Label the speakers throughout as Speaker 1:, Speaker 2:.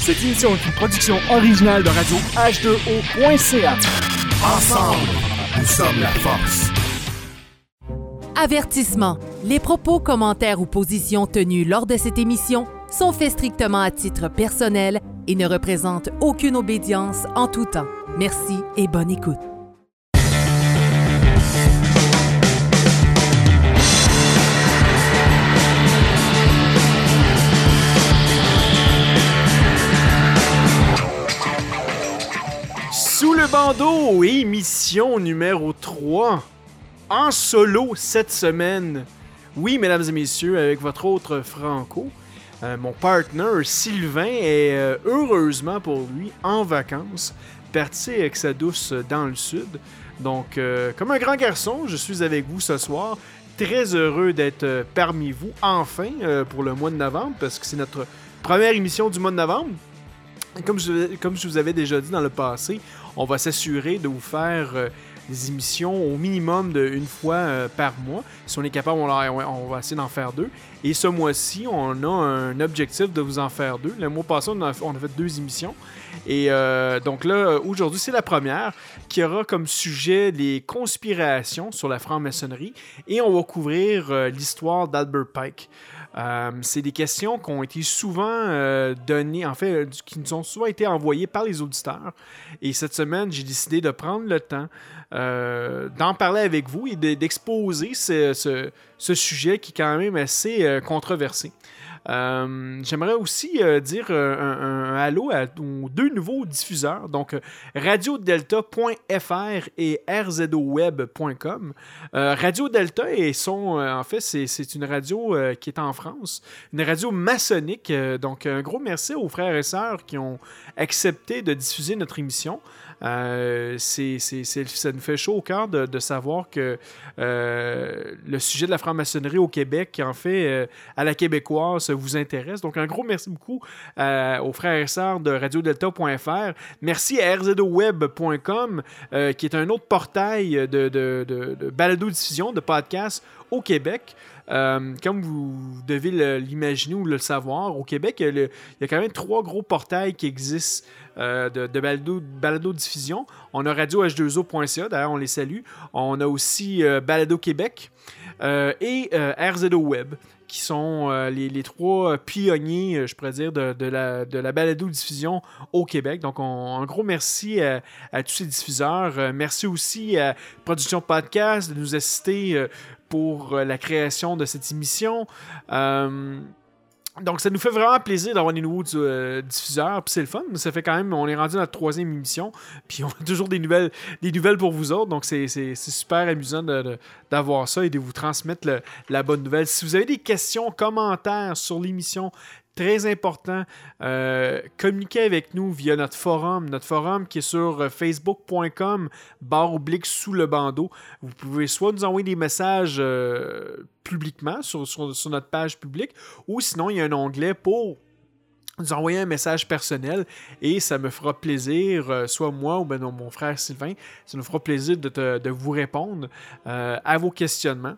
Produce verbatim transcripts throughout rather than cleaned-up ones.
Speaker 1: Cette émission est une production originale de radio H deux O point C A.
Speaker 2: Ensemble, nous sommes la force.
Speaker 3: Avertissement. Les propos, commentaires ou positions tenus lors de cette émission sont faits strictement à titre personnel et ne représentent aucune obédience en tout temps. Merci et bonne écoute.
Speaker 1: Sous le bandeau, émission numéro trois, en solo cette semaine. Oui, mesdames et messieurs, avec votre autre Franco, euh, mon partner Sylvain est euh, heureusement pour lui en vacances, parti avec sa douce dans le sud. Donc, euh, comme un grand garçon, je suis avec vous ce soir. Très heureux d'être euh, parmi vous, enfin, euh, pour le mois de novembre, parce que c'est notre première émission du mois de novembre. Comme je, comme je vous avais déjà dit dans le passé, on va s'assurer de vous faire euh, des émissions au minimum de une fois euh, par mois. Si on est capable, on, leur, on va essayer d'en faire deux. Et ce mois-ci, on a un objectif de vous en faire deux. Le mois passé, on a, on a fait deux émissions. Et euh, donc là, aujourd'hui, c'est la première qui aura comme sujet les conspirations sur la franc-maçonnerie. Et on va couvrir euh, l'histoire d'Albert Pike. Euh, c'est des questions qui ont été souvent euh, données, en fait, qui nous ont souvent été envoyées par les auditeurs. Et cette semaine, j'ai décidé de prendre le temps euh, d'en parler avec vous et de, d'exposer ce, ce, ce sujet qui est quand même assez euh, controversé. Euh, j'aimerais aussi euh, dire euh, un, un, un allô à, aux deux nouveaux diffuseurs, donc euh, radio delta point f r et r z o web point com. Euh, Radio Delta est son, euh, en fait, c'est, c'est une radio euh, qui est en France, une radio maçonnique. Euh, donc, un gros merci aux frères et sœurs qui ont accepté de diffuser notre émission. Euh, c'est, c'est, c'est, ça nous fait chaud au cœur de, de savoir que euh, le sujet de la franc-maçonnerie au Québec, en fait, euh, à la québécoise, vous intéresse. Donc, un gros merci beaucoup euh, aux frères et sœurs de radio delta point f r. Merci à r z o web point com, euh, qui est un autre portail de, de, de, de balado-diffusion, de podcasts au Québec. Euh, comme vous devez le, l'imaginer ou le savoir, au Québec, il y, a le, il y a quand même trois gros portails qui existent euh, de, de balado, balado-diffusion. On a radio h deux o point c a, d'ailleurs, on les salue. On a aussi euh, Balado Québec euh, et euh, R Z O Web, qui sont euh, les, les trois pionniers, je pourrais dire, de, de la, de la balado-diffusion au Québec. Donc, on, un gros merci à, à tous ces diffuseurs. Euh, merci aussi à Production Podcast de nous assister euh, pour la création de cette émission. Euh, donc, ça nous fait vraiment plaisir d'avoir des nouveaux euh, diffuseurs. Puis c'est le fun. Ça fait quand même, on est rendu à notre troisième émission. Puis on a toujours des nouvelles, des nouvelles pour vous autres. Donc, c'est, c'est, c'est super amusant de, de, d'avoir ça et de vous transmettre le, la bonne nouvelle. Si vous avez des questions, commentaires sur l'émission, très important, euh, communiquez avec nous via notre forum, notre forum qui est sur facebook point com barre oblique sous le bandeau. Vous pouvez soit nous envoyer des messages euh, publiquement sur, sur, sur notre page publique, ou sinon il y a un onglet pour nous envoyer un message personnel et ça me fera plaisir, euh, soit moi ou ben non, mon frère Sylvain, ça nous fera plaisir de, te, de vous répondre euh, à vos questionnements.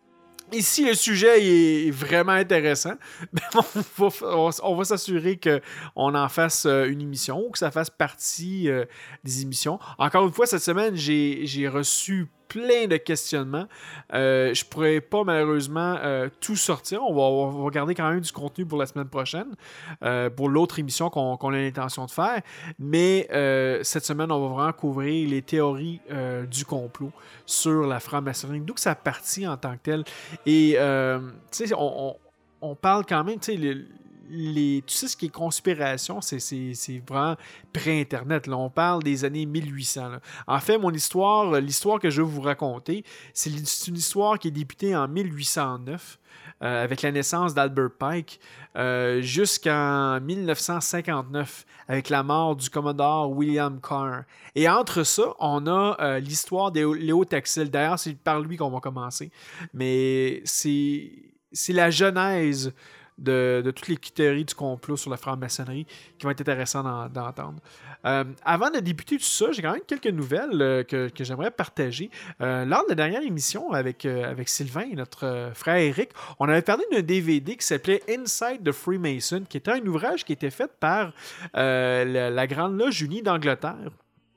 Speaker 1: Et si le sujet est vraiment intéressant, ben on, va, on va s'assurer qu'on en fasse une émission ou que ça fasse partie euh, des émissions. Encore une fois, cette semaine, j'ai, j'ai reçu plein de questionnements. Euh, je pourrais pas malheureusement euh, tout sortir. On va, on va garder quand même du contenu pour la semaine prochaine, euh, pour l'autre émission qu'on, qu'on a l'intention de faire. Mais euh, cette semaine, on va vraiment couvrir les théories euh, du complot sur la franc-maçonnerie, d'où que ça partit en tant que tel. Et euh, tu sais, on, on, on parle quand même, tu sais, les, les, tu sais ce qui est conspiration, c'est, c'est, c'est vraiment pré-internet. Là. On parle des années mille huit cents. Là. En fait, mon histoire, l'histoire que je vais vous raconter, c'est une histoire qui est débutée en mille huit cent neuf. Euh, avec la naissance d'Albert Pike, euh, jusqu'en dix-neuf cent cinquante-neuf, avec la mort du commodore William Carr. Et entre ça, on a euh, l'histoire de Léo Taxil. D'ailleurs, c'est par lui qu'on va commencer. Mais c'est, c'est la genèse de, de toutes les théories du complot sur la franc-maçonnerie qui vont être intéressantes d'en, d'entendre. Euh, avant de débuter tout ça, j'ai quand même quelques nouvelles euh, que, que j'aimerais partager. Euh, lors de la dernière émission avec, euh, avec Sylvain et notre euh, frère Eric, on avait parlé d'un D V D qui s'appelait Inside the Freemason, qui était un ouvrage qui était fait par euh, la, la Grande Loge Unie d'Angleterre,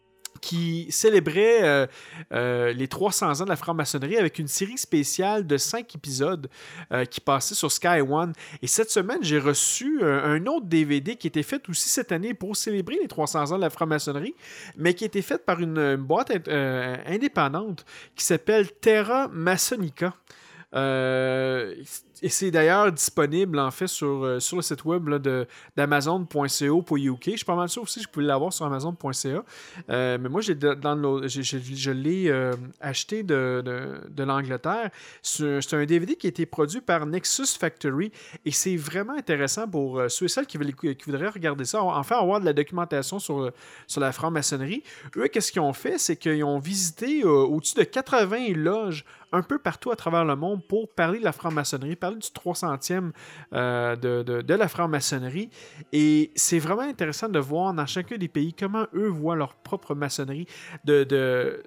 Speaker 1: qui célébrait euh, euh, les trois cents ans de la franc-maçonnerie avec une série spéciale de cinq épisodes euh, qui passait sur Sky One. Et cette semaine, j'ai reçu euh, un autre D V D qui était fait aussi cette année pour célébrer les trois cents ans de la franc-maçonnerie, mais qui était fait par une, une boîte euh, indépendante qui s'appelle Terra Masonica. Euh, et c'est d'ailleurs disponible en fait sur, euh, sur le site web là, de, d'amazon point co pour U K. Je suis pas mal sûr aussi que je pouvais l'avoir sur amazon point c a. Euh, mais moi, j'ai dans j'ai, j'ai, je l'ai euh, acheté de, de, de l'Angleterre. C'est, c'est un D V D qui a été produit par Nexus Factory et c'est vraiment intéressant pour euh, ceux et celles qui, veulent, qui voudraient regarder ça. Enfin, avoir de la documentation sur, sur la franc-maçonnerie. Eux, qu'est-ce qu'ils ont fait? C'est qu'ils ont visité euh, au-dessus de quatre-vingts loges un peu partout à travers le monde pour parler de la franc-maçonnerie, parler du trois centième euh, de, de, de la franc-maçonnerie. Et c'est vraiment intéressant de voir dans chacun des pays comment eux voient leur propre maçonnerie de, de,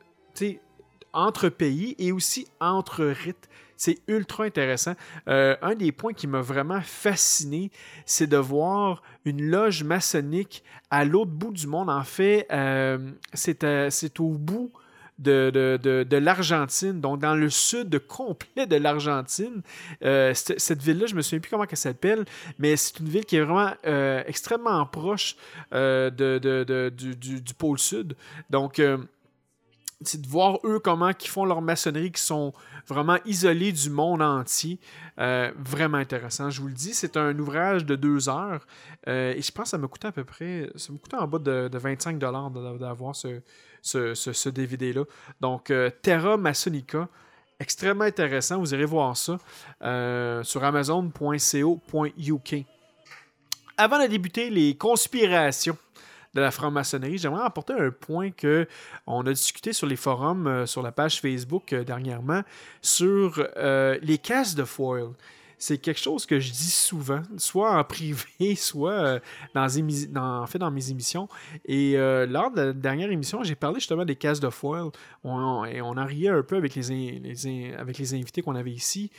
Speaker 1: entre pays et aussi entre rites. C'est ultra intéressant. Euh, un des points qui m'a vraiment fasciné, c'est de voir une loge maçonnique à l'autre bout du monde. En fait, euh, c'est, euh, c'est au bout De, de, de, de l'Argentine, donc dans le sud complet de l'Argentine. Euh, cette, cette ville-là, je ne me souviens plus comment elle s'appelle, mais c'est une ville qui est vraiment euh, extrêmement proche euh, de, de, de, du, du, du pôle sud. Donc, euh, c'est de voir eux comment ils font leur maçonnerie, qui sont vraiment isolés du monde entier. Euh, vraiment intéressant. Je vous le dis, c'est un ouvrage de deux heures. Euh, et je pense que ça m'a coûté à peu près... Ça m'a coûté en bas de, de vingt-cinq dollars d'avoir ce, ce, ce, ce D V D-là. Donc, euh, Terra Masonica. Extrêmement intéressant. Vous irez voir ça euh, sur amazon point co point u k. Avant de débuter les conspirations de la franc-maçonnerie, j'aimerais apporter un point qu'on a discuté sur les forums, euh, sur la page Facebook euh, dernièrement, sur euh, les cases de foil. C'est quelque chose que je dis souvent, soit en privé, soit euh, dans, émi- dans, en fait, dans mes émissions. Et euh, lors de la dernière émission, j'ai parlé justement des cases de foil. On, on, et on en riait un peu avec les, in- les, in- avec les invités qu'on avait ici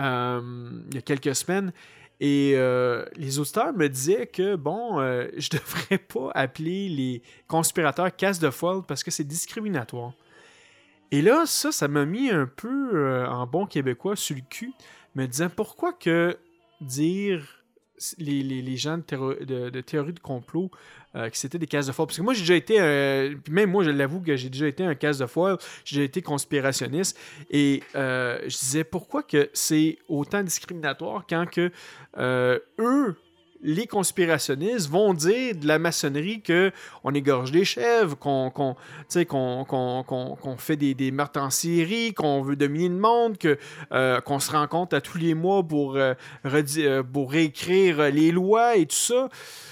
Speaker 1: euh, il y a quelques semaines. Et euh, les auditeurs me disaient que, bon, euh, je devrais pas appeler les conspirateurs casse de foil parce que c'est discriminatoire. Et là, ça, ça m'a mis un peu, euh, en bon québécois, sur le cul, me disant pourquoi que dire les, les, les gens de, théro- de, de théorie de complot euh, que c'était des cases de foil. Parce que moi, j'ai déjà été, euh, même moi, je l'avoue que j'ai déjà été un casse de foil, j'ai déjà été conspirationniste, et euh, je disais pourquoi que c'est autant discriminatoire quand que euh, eux, les conspirationnistes, vont dire de la maçonnerie qu'on égorge des chèvres, qu'on, qu'on, qu'on, qu'on, qu'on, qu'on fait des, des meurtres en série, qu'on veut dominer le monde, que, euh, qu'on se rencontre à tous les mois pour, euh, redi- euh, pour réécrire les lois et tout ça.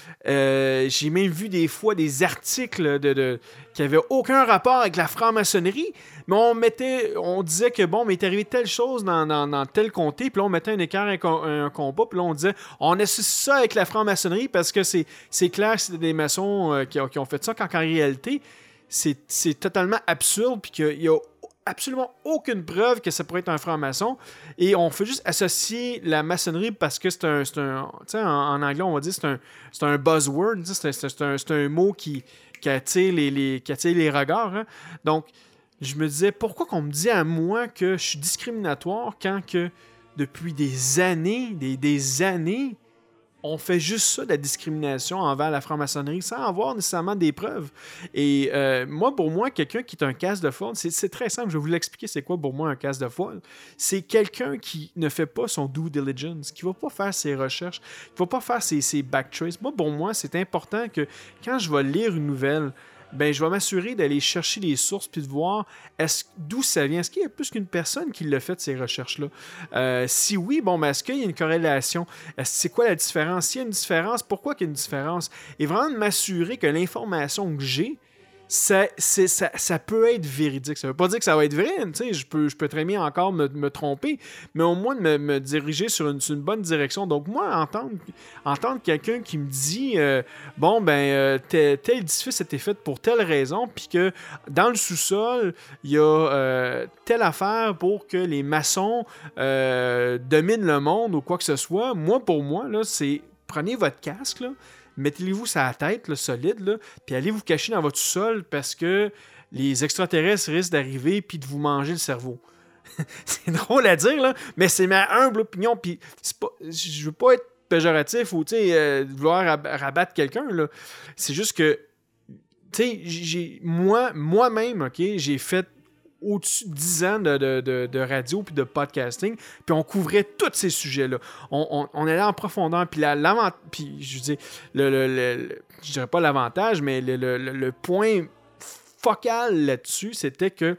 Speaker 1: Euh, j'ai même vu des fois des articles de, de, qui n'avaient aucun rapport avec la franc-maçonnerie, mais on mettait, on disait que bon, mais il est arrivé telle chose dans, dans, dans tel comté, puis là on mettait un écart, un, un compas, puis là on disait on associe ça avec la franc-maçonnerie parce que c'est, c'est clair que c'était des maçons euh, qui, ont, qui ont fait ça, quand en réalité c'est, c'est totalement absurde, puis qu'il y a absolument aucune preuve que ça pourrait être un franc-maçon, et on fait juste associer la maçonnerie parce que c'est un, c'est un tu sais, en, en anglais on va dire c'est un, c'est un buzzword, c'est un, c'est, un, c'est un mot qui, qui, attire les, les, qui attire les regards, hein? Donc je me disais pourquoi qu'on me dit à moi que je suis discriminatoire quand que depuis des années, des, des années, on fait juste ça, de la discrimination envers la franc-maçonnerie, sans avoir nécessairement des preuves. Et euh, moi, pour moi, quelqu'un qui est un casse de foil, c'est, c'est très simple, je vais vous l'expliquer c'est quoi pour moi un casse de foil. C'est quelqu'un qui ne fait pas son due diligence, qui ne va pas faire ses recherches, qui ne va pas faire ses, ses backtraces. Moi, pour moi, c'est important que quand je vais lire une nouvelle, ben, je vais m'assurer d'aller chercher les sources puis de voir est-ce, d'où ça vient. Est-ce qu'il y a plus qu'une personne qui l'a fait, ces recherches-là? Euh, si oui, bon, ben, est-ce qu'il y a une corrélation? Est-ce, c'est quoi la différence? S'il y a une différence, pourquoi qu'il y a une différence? Et vraiment de m'assurer que l'information que j'ai, Ça, c'est, ça, ça peut être véridique. Ça veut pas dire que ça va être vrai. Je peux, je peux très bien encore me, me tromper, mais au moins de me, me diriger sur une, sur une bonne direction. Donc moi, entendre, entendre quelqu'un qui me dit euh, bon, ben, euh, tel, tel édifice a été fait pour telle raison, puis que dans le sous-sol, il y a euh, telle affaire pour que les maçons euh, dominent le monde ou quoi que ce soit. Moi, pour moi, là, c'est prenez votre casque, là, mettez-vous sur la tête, là, solide, là, puis allez vous cacher dans votre sol parce que les extraterrestres risquent d'arriver puis de vous manger le cerveau. C'est drôle à dire, là, mais c'est ma humble opinion. Puis je veux pas être péjoratif ou euh, vouloir rab- rabattre quelqu'un. Là. C'est juste que, tu sais, j'ai, moi, moi-même, ok, j'ai fait au-dessus de dix ans de, de, de, de radio puis de podcasting, puis on couvrait tous ces sujets-là. On, on, on allait en profondeur, puis la, l'avant... Puis, je dis, le, le, le, le, je dirais pas l'avantage, mais le, le, le point focal là-dessus, c'était que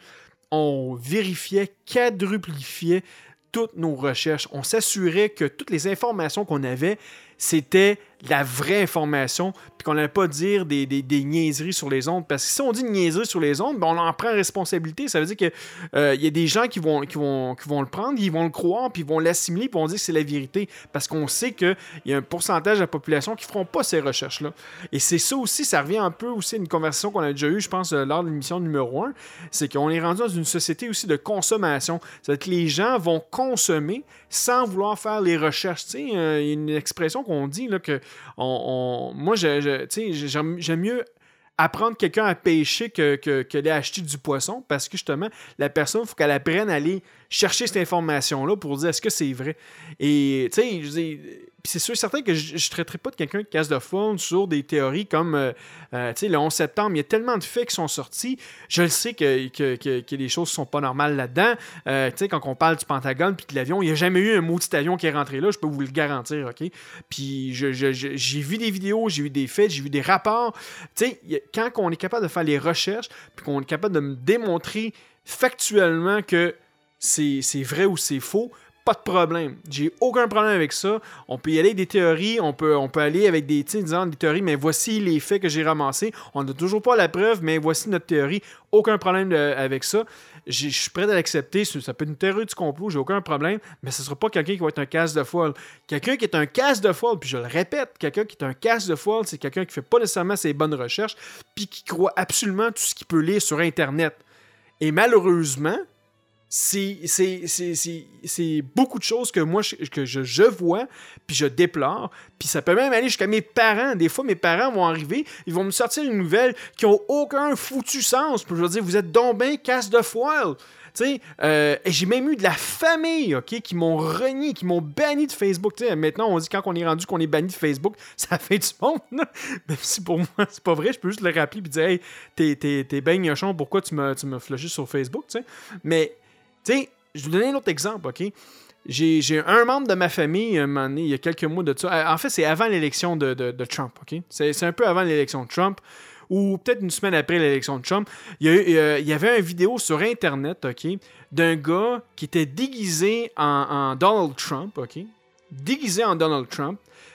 Speaker 1: on vérifiait, quadruplifiait toutes nos recherches. On s'assurait que toutes les informations qu'on avait, c'était la vraie information, puis qu'on n'allait pas dire des, des, des niaiseries sur les ondes. Parce que si on dit une niaiserie sur les ondes, ben on en prend responsabilité. Ça veut dire qu'il euh, y a des gens qui vont, qui, vont, qui vont le prendre, ils vont le croire, puis ils vont l'assimiler, puis vont dire que c'est la vérité. Parce qu'on sait qu'il y a un pourcentage de la population qui ne feront pas ces recherches-là. Et c'est ça aussi, ça revient un peu aussi à une conversation qu'on a déjà eue, je pense, lors de l'émission numéro un, c'est qu'on est rendu dans une société aussi de consommation. C'est-à-dire que les gens vont consommer sans vouloir faire les recherches. Tu sais, il euh, y a une expression qu'on dit, là, que on, on, moi, je, je, tu sais, j'aime, j'aime mieux apprendre quelqu'un à pêcher que, que, que d'acheter du poisson, parce que justement, la personne, il faut qu'elle apprenne à aller chercher cette information-là pour dire est-ce que c'est vrai. Et tu sais, je dis, c'est sûr et certain que je ne traiterai pas de quelqu'un qui casse de fond sur des théories comme euh, euh, tu sais, le onze septembre, il y a tellement de faits qui sont sortis. Je le sais que, que, que, que les choses ne sont pas normales là-dedans. Euh, tu sais, quand on parle du Pentagone puis de l'avion, il n'y a jamais eu un maudit avion qui est rentré là, je peux vous le garantir, OK? Puis je, je, je, j'ai vu des vidéos, j'ai vu des faits, j'ai vu des rapports. Tu sais, quand on est capable de faire les recherches puis qu'on est capable de me démontrer factuellement que c'est, c'est vrai ou c'est faux, pas de problème. J'ai aucun problème avec ça. On peut y aller avec des théories, on peut, on peut aller avec des, disant, des théories, mais voici les faits que j'ai ramassés. On n'a toujours pas la preuve, mais voici notre théorie. Aucun problème de, avec ça. Je suis prêt à l'accepter. Ça peut être une théorie du complot, j'ai aucun problème, mais ce ne sera pas quelqu'un qui va être un casse de foile. Quelqu'un qui est un casse de foile, puis je le répète, quelqu'un qui est un casse de foile, c'est quelqu'un qui ne fait pas nécessairement ses bonnes recherches, puis qui croit absolument tout ce qu'il peut lire sur Internet. Et malheureusement, C'est, c'est, c'est, c'est, c'est beaucoup de choses que moi, je, que je, je vois, puis je déplore. Puis ça peut même aller jusqu'à mes parents. Des fois, mes parents vont arriver, ils vont me sortir une nouvelle qui n'a aucun foutu sens. Puis je vais dire, vous êtes donc ben casse de foile. Tu sais, euh, et j'ai même eu de la famille, OK, qui m'ont renié, qui m'ont banni de Facebook. Tu sais, maintenant, on dit quand on est rendu qu'on est banni de Facebook, ça fait du monde, là. Même si pour moi, c'est pas vrai, je peux juste le rappeler et dire, hey, t'es, t'es, t'es ben gnochon, pourquoi tu m'as, tu m'as flushé sur Facebook, tu sais. Mais, tu sais, je vais vous donner un autre exemple, OK? J'ai, j'ai un membre de ma famille, un moment donné, il y a quelques mois de ça. En fait, c'est avant l'élection de, de, de Trump, OK? C'est, c'est un peu avant l'élection de Trump, ou peut-être une semaine après l'élection de Trump. Il y, a eu, euh, il y avait une vidéo sur Internet, OK? D'un gars qui était déguisé en, en Donald Trump, OK? Déguisé en Donald Trump,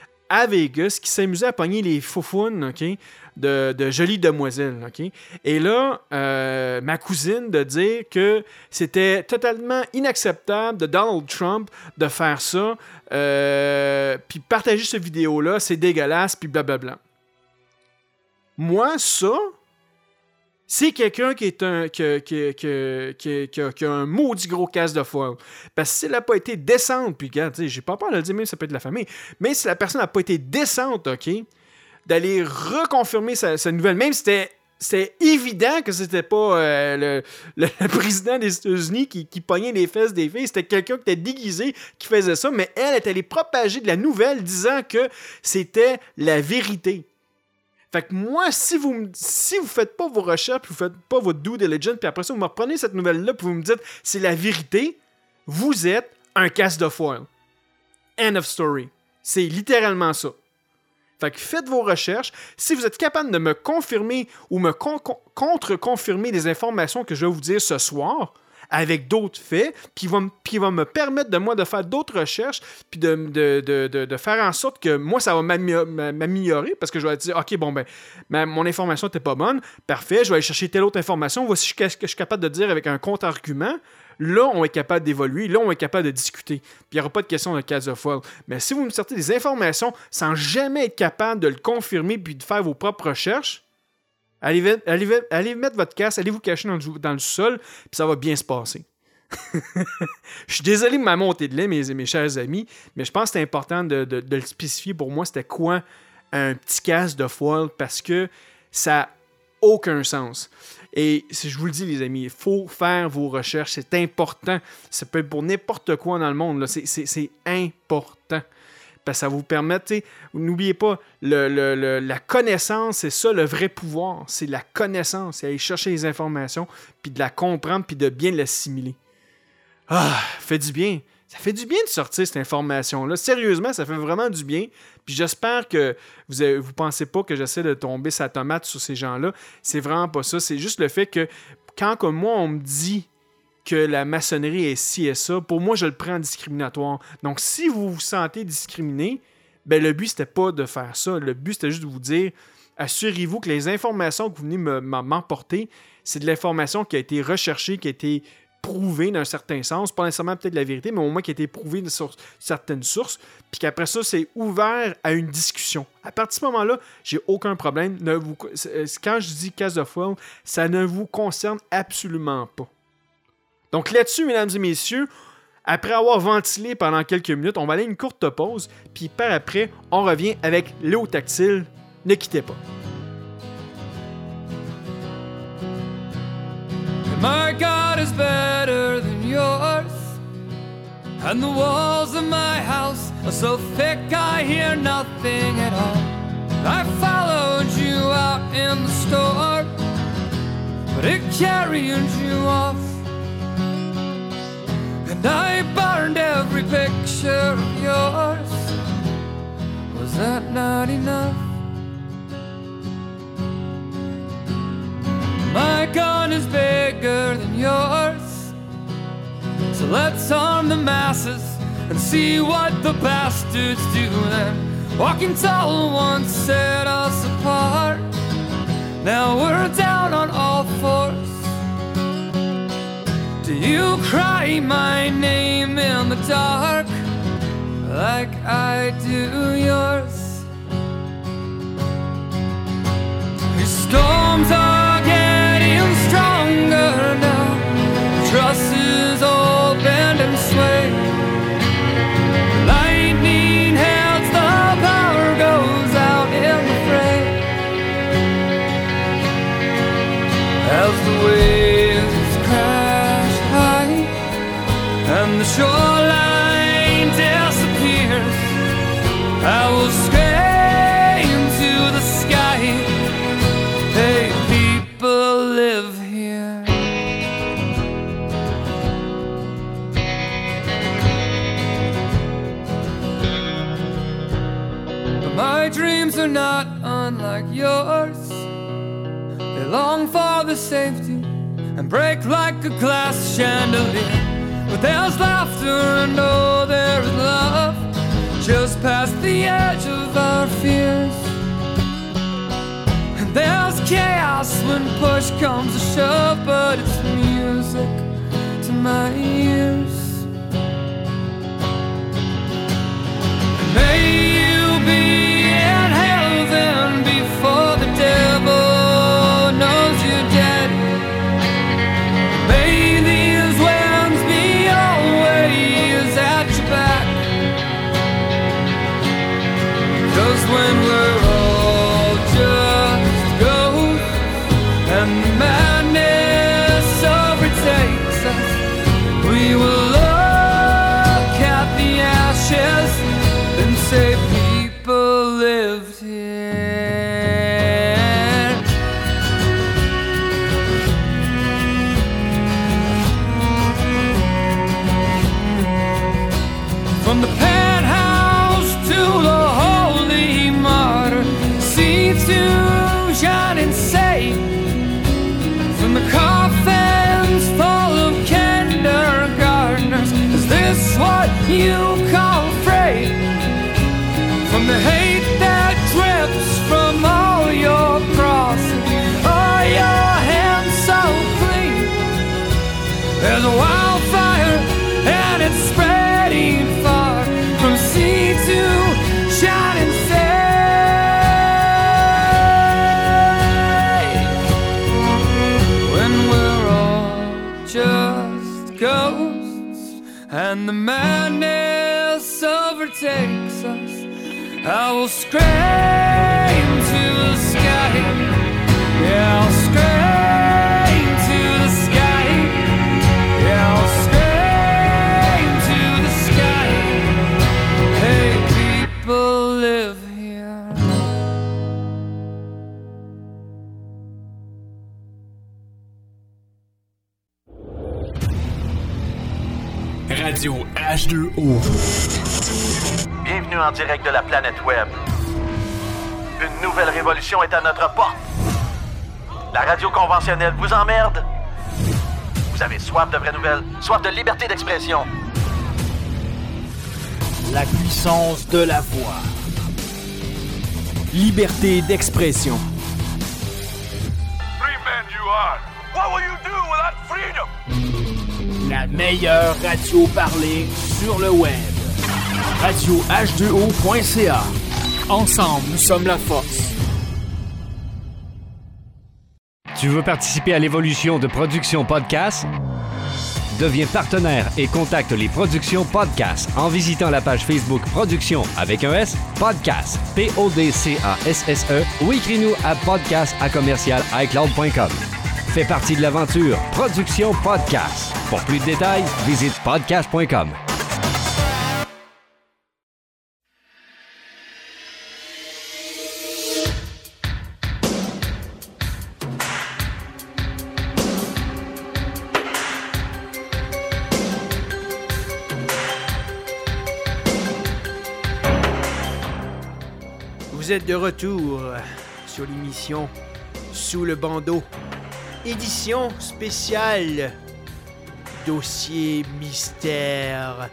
Speaker 1: à Vegas, qui s'amusait à pogner les foufounes, OK? De, de jolies demoiselles, OK? Et là, euh, ma cousine de dire que c'était totalement inacceptable de Donald Trump de faire ça, euh, puis partager cette vidéo-là, c'est dégueulasse, puis blablabla. Moi, ça, c'est quelqu'un qui est un qui, qui, qui, qui, qui, a, qui a un maudit gros casse de foile. Parce que si elle n'a pas été décente, puis regarde, j'ai pas peur de le dire, même ça peut être de la famille, mais si la personne n'a pas été décente, OK, d'aller reconfirmer sa, sa nouvelle, même si c'était, c'était évident que c'était pas euh, le, le, le président des États-Unis qui, qui pognait les fesses des filles, c'était quelqu'un qui était déguisé qui faisait ça, mais elle est allée propager de la nouvelle disant que c'était la vérité. Fait que moi, si vous si vous faites pas vos recherches, puis vous faites pas votre due diligence, puis après ça, vous me reprenez cette nouvelle-là, puis vous me dites c'est la vérité, vous êtes un casse de foile. End of story. C'est littéralement ça. Fait que faites vos recherches. Si vous êtes capable de me confirmer ou me con- con- contre-confirmer des informations que je vais vous dire ce soir, avec d'autres faits, puis va, m- puis va me permettre de moi de faire d'autres recherches, puis de, de, de, de, de faire en sorte que moi, ça va m'amé- m'améliorer, parce que je vais dire, OK, bon, ben, ma, mon information n'était pas bonne, parfait, je vais aller chercher telle autre information, voici ce que je suis capable de dire avec un contre-argument. Là, on est capable d'évoluer. Là, on est capable de discuter. Puis il n'y aura pas de question de case of foil. Mais si vous me sortez des informations sans jamais être capable de le confirmer puis de faire vos propres recherches, allez, allez, allez mettre votre casse, allez vous cacher dans le, dans le sol, puis ça va bien se passer. Je suis désolé de ma montée de lait, mes, mes chers amis, mais je pense que c'est important de, de, de le spécifier pour moi. C'était quoi un petit casse de foil? Parce que ça n'a aucun sens. Et si je vous le dis, les amis, il faut faire vos recherches. C'est important. Ça peut être pour n'importe quoi dans le monde. Là. C'est, c'est, c'est important. Parce que ça vous permet, tu sais, n'oubliez pas, le, le, le, la connaissance, c'est ça le vrai pouvoir. C'est la connaissance. C'est aller chercher les informations, puis de la comprendre, puis de bien l'assimiler. Ah, fait du bien. Ça fait du bien de sortir cette information-là. Sérieusement, ça fait vraiment du bien. Puis j'espère que vous ne vous pensez pas que j'essaie de tomber sa tomate sur ces gens-là. C'est vraiment pas ça. C'est juste le fait que quand, comme moi, on me dit que la maçonnerie est ci et ça, pour moi, je le prends discriminatoire. Donc, si vous vous sentez discriminé, ben le but, c'était pas de faire ça. Le but, c'était juste de vous dire, assurez-vous que les informations que vous venez me, m'emporter, c'est de l'information qui a été recherchée, qui a été prouvé d'un certain sens, pas nécessairement peut-être la vérité, mais au moins qui a été prouvé sur certaines sources, puis qu'après ça, c'est ouvert à une discussion. À partir de ce moment-là, j'ai aucun problème. Ne vous, quand je dis case of foil, ça ne vous concerne absolument pas. Donc là-dessus, mesdames et messieurs, après avoir ventilé pendant quelques minutes, on va aller à une courte pause, puis par après, on revient avec Léo Tactile. Ne quittez pas.
Speaker 4: My God is better than yours, and the walls of my house are so thick I hear nothing at all. I followed you out in the storm, but it carried you off, and I burned every picture of yours. Was that not enough? My gun is bigger than yours, so let's arm the masses and see what the bastards do then. Walking tall once set us apart, now we're down on all fours. Do you cry my name in the dark like I do yours? These storms are getting stronger now, trusses all bend and sway. Lightning heads, the power goes out in the fray. As the waves crash high and the shoreline disappears, I will scream to the sky, hey, people live here. But my dreams are not unlike yours. They long for the safety and break like a glass chandelier. But there's laughter and oh, there is love just past the edge of our fears. And there's chaos when push comes to shove, but it's music to my ears. And may you be in heaven before the devil knows you're dead. May these winds be always at your back, 'cause when we're all just ghosts and the madness overtakes us, we will look at the ashes and say people lived here. From the penthouse to the holy martyr, sea to shine and say, from the coffins full of candy when the madness overtakes us, I will scream to the sky. Yeah, I'll scream to the sky. Yeah, I'll scream to the sky. Hey, people live here.
Speaker 2: Radio H deux O.
Speaker 5: Bienvenue en direct de la planète Web. Une nouvelle révolution est à notre porte. La radio conventionnelle vous emmerde. Vous avez soif de vraies nouvelles, soif de liberté d'expression.
Speaker 1: La puissance de la voix. Liberté d'expression.
Speaker 2: Free man you are. What will you do without freedom?
Speaker 1: La meilleure radio parlée sur le web. radio H deux O point C A. Ensemble, nous sommes la force.
Speaker 6: Tu veux participer à l'évolution de Production Podcast? Deviens partenaire et contacte les Productions Podcast en visitant la page Facebook Production avec un S, Podcast, P O D C A S S E ou écris-nous à podcast à commercial iCloud point com. Fais partie de l'aventure Production Podcast. Pour plus de détails, visite podcast point com.
Speaker 1: Vous êtes de retour sur l'émission Sous le bandeau. Édition spéciale Dossier mystère.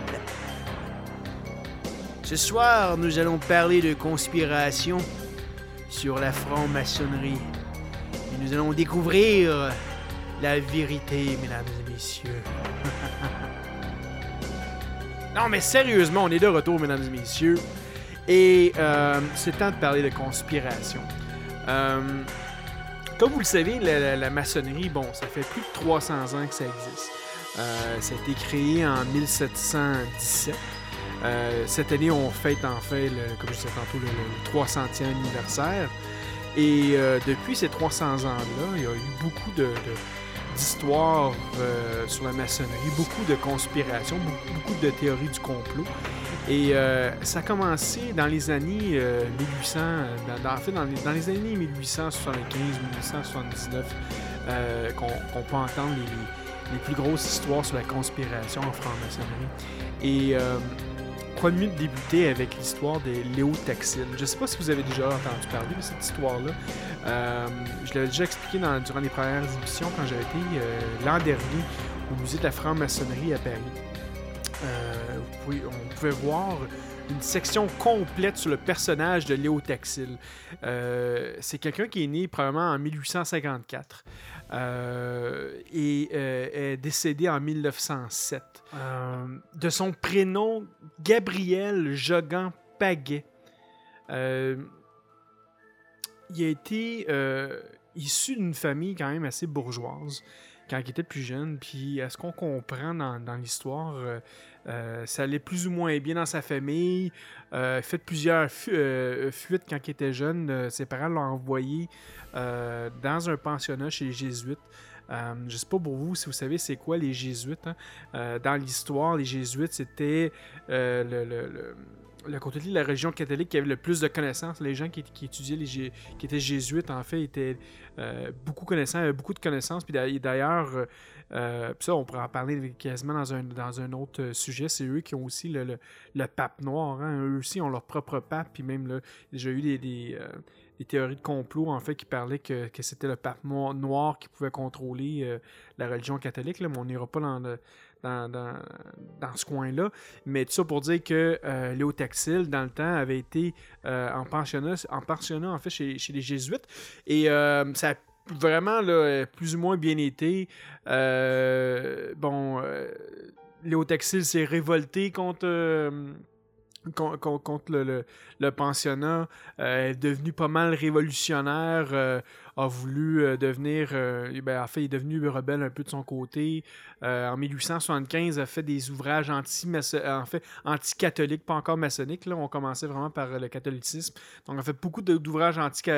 Speaker 1: Ce soir, nous allons parler de conspiration sur la franc-maçonnerie. Et nous allons découvrir la vérité, mesdames et messieurs. Non, mais sérieusement, on est de retour, mesdames et messieurs. Et euh, c'est temps de parler de conspiration. Euh, comme vous le savez, la, la, la maçonnerie, bon, ça fait plus de trois cents ans que ça existe. Euh, ça a été créé en mille sept cent dix-sept. Euh, cette année, on fête en fait, le, comme je disais tantôt, le, le trois centième anniversaire. Et euh, depuis ces trois cents ans-là, il y a eu beaucoup de, de, d'histoires euh, sur la maçonnerie, beaucoup de conspirations, beaucoup, beaucoup de théories du complot. Et euh, ça a commencé dans les années euh, mille huit cents, dans, dans, en fait dans les, dans les années mille huit cent soixante-quinze mille huit cent soixante-dix-neuf, euh, qu'on, qu'on peut entendre les, les plus grosses histoires sur la conspiration en franc-maçonnerie. Et euh, quoi de mieux de débuter avec l'histoire de Léo Taxil. Je ne sais pas si vous avez déjà entendu parler de cette histoire-là. Euh, je l'avais déjà expliqué dans, durant les premières émissions quand j'avais été euh, l'an dernier au musée de la franc-maçonnerie à Paris. Euh, vous pouvez, on pouvait voir une section complète sur le personnage de Léo Taxil. Euh, c'est quelqu'un qui est né probablement en mille huit cent cinquante-quatre euh, et euh, est décédé en mille neuf cent sept. Euh, de son prénom Gabriel Jogan Paguet. Euh, il a été euh, issu d'une famille quand même assez bourgeoise quand il était plus jeune, puis à ce qu'on comprend dans, dans l'histoire, euh, euh, ça allait plus ou moins bien dans sa famille. Euh, il a fait plusieurs fu- euh, fuites quand il était jeune. Euh, ses parents l'ont envoyé euh, dans un pensionnat chez les Jésuites. Euh, je ne sais pas pour vous si vous savez c'est quoi les Jésuites. Hein? Euh, dans l'histoire, les Jésuites, c'était euh, le... le, le le côté de la religion catholique qui avait le plus de connaissances. Les gens qui, qui étudiaient, les, qui étaient jésuites, en fait, étaient euh, beaucoup connaissants, avaient beaucoup de connaissances. Puis d'ailleurs, euh, ça, on pourrait en parler quasiment dans un, dans un autre sujet. C'est eux qui ont aussi le, le, le pape noir. Hein. Eux aussi ont leur propre pape. Puis même, là, j'ai eu des, des, euh, des théories de complot, en fait, qui parlaient que, que c'était le pape noir qui pouvait contrôler euh, la religion catholique. Là, mais on n'ira pas dans le... Dans, dans, dans ce coin-là. Mais tout ça pour dire que euh, Léo Taxil, dans le temps, avait été euh, en pensionnat, en pensionnat, en fait, chez, chez les Jésuites. Et euh, ça a vraiment, là, plus ou moins bien été. Euh, bon, euh, Léo Taxil s'est révolté contre... Euh, contre le, le, le pensionnat, euh, est devenu pas mal révolutionnaire, euh, a voulu euh, devenir... Euh, ben, en fait, il est devenu rebelle un peu de son côté. Euh, en mille huit cent soixante-quinze, a fait des ouvrages anti en fait, anti-catholiques, pas encore maçonniques. Là. On commençait vraiment par le catholicisme. Donc, on a fait beaucoup d'ouvrages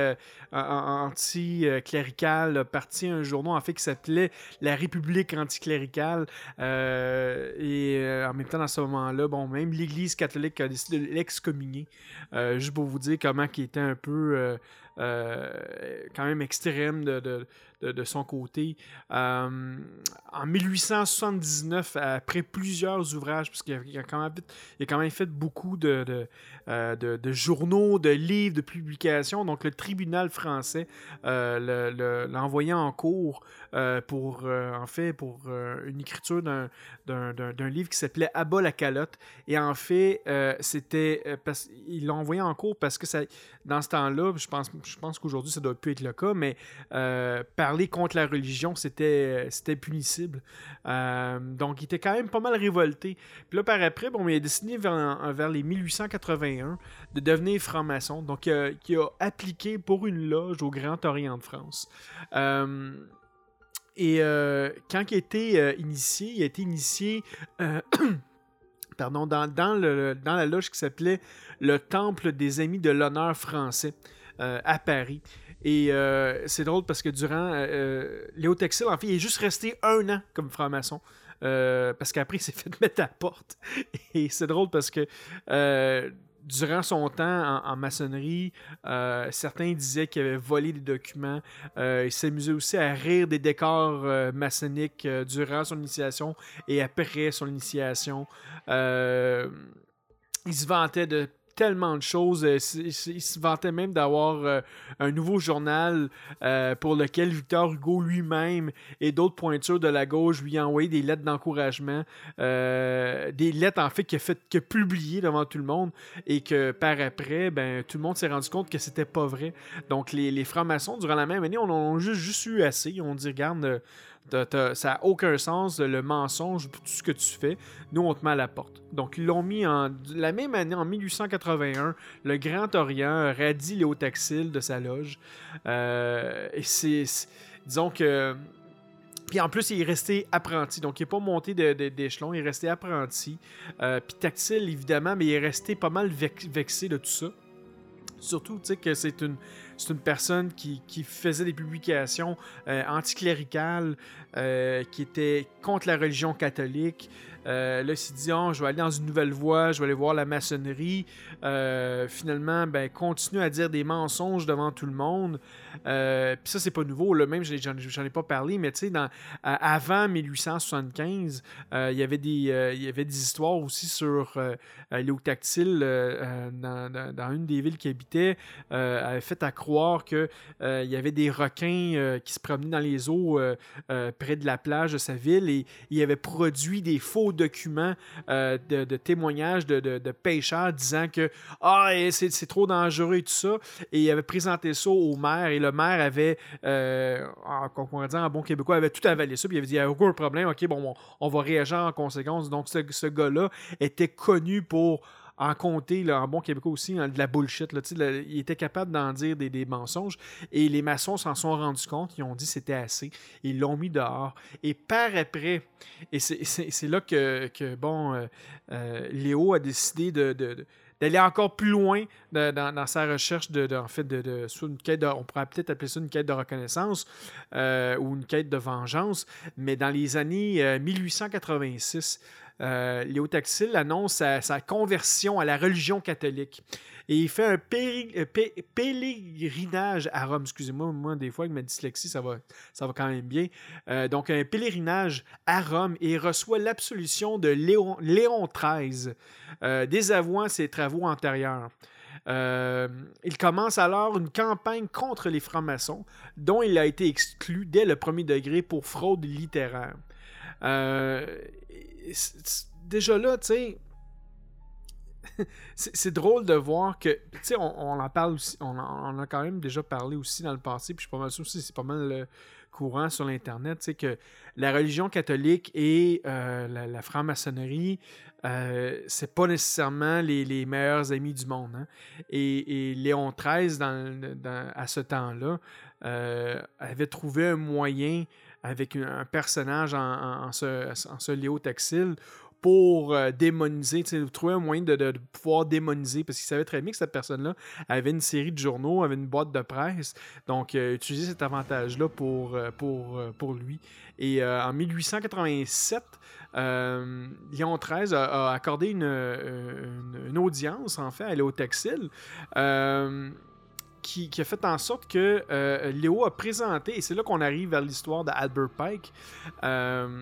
Speaker 1: anti-cléricales. Anti parti un journal, en fait, qui s'appelait La République anticléricale. Euh, et euh, en même temps, dans ce moment-là, bon, même l'Église catholique a décidé de l'excommunier. Euh, juste pour vous dire comment il était un peu... Euh, Euh, quand même extrême de, de, de, de son côté. Euh, en mille huit cent soixante-dix-neuf, après plusieurs ouvrages, parce qu'il a, il a, quand, même fait, il a quand même fait beaucoup de, de, euh, de, de journaux, de livres, de publications, donc le tribunal français euh, le, le, l'a envoyé en cours euh, pour, euh, en fait, pour euh, une écriture d'un, d'un, d'un, d'un livre qui s'appelait Abat la calotte. Et en fait, euh, c'était... Euh, parce, il l'a envoyé en cours parce que ça, dans ce temps-là, je pense... Je pense qu'aujourd'hui, ça ne doit plus être le cas, mais euh, parler contre la religion, c'était, c'était punissable. Euh, donc, il était quand même pas mal révolté. Puis là, par après, bon, il a décidé vers, vers les mille huit cent quatre-vingt-un de devenir franc-maçon. Donc, euh, il a appliqué pour une loge au Grand Orient de France. Euh, et euh, quand il a été euh, initié, il a été initié... Euh, pardon, dans, dans, le, dans la loge qui s'appelait le Temple des Amis de l'Honneur français. Euh, à Paris. Et euh, c'est drôle parce que durant... Euh, Léo Textil, en fait, il est juste resté un an comme franc-maçon. Euh, parce qu'après, il s'est fait mettre à la porte. Et c'est drôle parce que... Euh, durant son temps en, en maçonnerie, euh, certains disaient qu'il avait volé des documents. Euh, il s'amusait aussi à rire des décors euh, maçonniques euh, durant son initiation et après son initiation. Euh, il se vantait de tellement de choses. Il se vantait même d'avoir euh, un nouveau journal euh, pour lequel Victor Hugo lui-même et d'autres pointures de la gauche lui ont envoyé des lettres d'encouragement. Euh, des lettres, en fait, qu'il a, fait, qu'il a publiées devant tout le monde et que par après, ben, tout le monde s'est rendu compte que c'était pas vrai. Donc, les, les francs-maçons, durant la même année, on a juste, juste eu assez. Ils ont dit, regarde... Euh, T'as, t'as, ça n'a aucun sens, le mensonge, tout ce que tu fais, nous on te met à la porte. Donc ils l'ont mis en la même année, en mille huit cent quatre-vingt-un, le Grand Orient radie Léo Textil de sa loge. Euh, et c'est, c'est... Disons que... Puis en plus, il est resté apprenti, donc il n'est pas monté de, de, d'échelon, il est resté apprenti. Euh, puis Tactile, évidemment, mais il est resté pas mal vex, vexé de tout ça. Surtout, tu sais, que c'est une, c'est une personne qui, qui faisait des publications euh, anticléricales, euh, qui était contre la religion catholique. Euh, là, il s'est dit, oh, je vais aller dans une nouvelle voie, je vais aller voir la maçonnerie. Euh, finalement, ben, continue à dire des mensonges devant tout le monde. Euh, Puis ça, c'est pas nouveau. Là. Même, j'en, j'en ai pas parlé, mais tu sais, dans, avant mille huit cent soixante-quinze, euh, il y avait des, euh, il y avait des histoires aussi sur euh, Léo Tactile, euh, dans, dans, dans une des villes qu'il habitait, euh, avait fait à croire qu'il euh, y avait des requins euh, qui se promenaient dans les eaux euh, euh, près de la plage de sa ville et il avait produit des faux documents euh, de, de témoignages de, de, de pêcheurs disant que ah, c'est, c'est trop dangereux et tout ça. Et il avait présenté ça au maire et le maire avait, euh, en, on pourrait dire en bon québécois, avait tout avalé ça. Puis il avait dit il n'y a aucun problème, ok, bon, on, on va réagir en conséquence. Donc ce, ce gars-là était connu pour en compter, là, en bon québécois aussi, hein, de la bullshit. Là, là, il était capable d'en dire des, des mensonges. Et les maçons s'en sont rendus compte. Ils ont dit que c'était assez. Ils l'ont mis dehors. Et par après, et c'est, c'est, c'est là que, que bon, euh, euh, Léo a décidé de, de, de d'aller encore plus loin de, dans, dans sa recherche de, de en fait de, de, de une quête de, on pourrait peut-être appeler ça une quête de reconnaissance euh, ou une quête de vengeance, mais dans les années euh, mille huit cent quatre-vingt-six, euh, Léo Tactile annonce sa, sa conversion à la religion catholique et il fait un péri, pé, pèlerinage à Rome. Excusez-moi, moi des fois avec ma dyslexie ça va, ça va quand même bien. Euh, donc un pèlerinage à Rome et il reçoit l'absolution de Léon, Léon treize, euh, désavouant ses travaux antérieurs. Euh, il commence alors une campagne contre les francs-maçons, dont il a été exclu dès le premier degré pour fraude littéraire. Euh, déjà là, tu sais, c'est, c'est drôle de voir que, tu sais, on, on en parle aussi, on en on a quand même déjà parlé aussi dans le passé, puis je suis pas mal sûr aussi, c'est pas mal euh, courant sur l'Internet, tu sais, que la religion catholique et euh, la, la franc-maçonnerie, euh, c'est pas nécessairement les, les meilleurs amis du monde. Hein? Et, et Léon treize, dans, dans, à ce temps-là, euh, avait trouvé un moyen avec un, un personnage en, en, en ce, en ce Léo Taxil pour euh, démoniser, trouver un moyen de, de, de pouvoir démoniser, parce qu'il savait très bien que cette personne-là avait une série de journaux, avait une boîte de presse, donc euh, utiliser cet avantage-là pour, euh, pour, euh, pour lui. Et euh, en dix-huit cent quatre-vingt-sept, euh, Léon treize a, a accordé une, une, une audience, en fait, à Léo Taxil, euh, Qui, qui a fait en sorte que euh, Léo a présenté, et c'est là qu'on arrive vers l'histoire d'Albert Pike. Euh,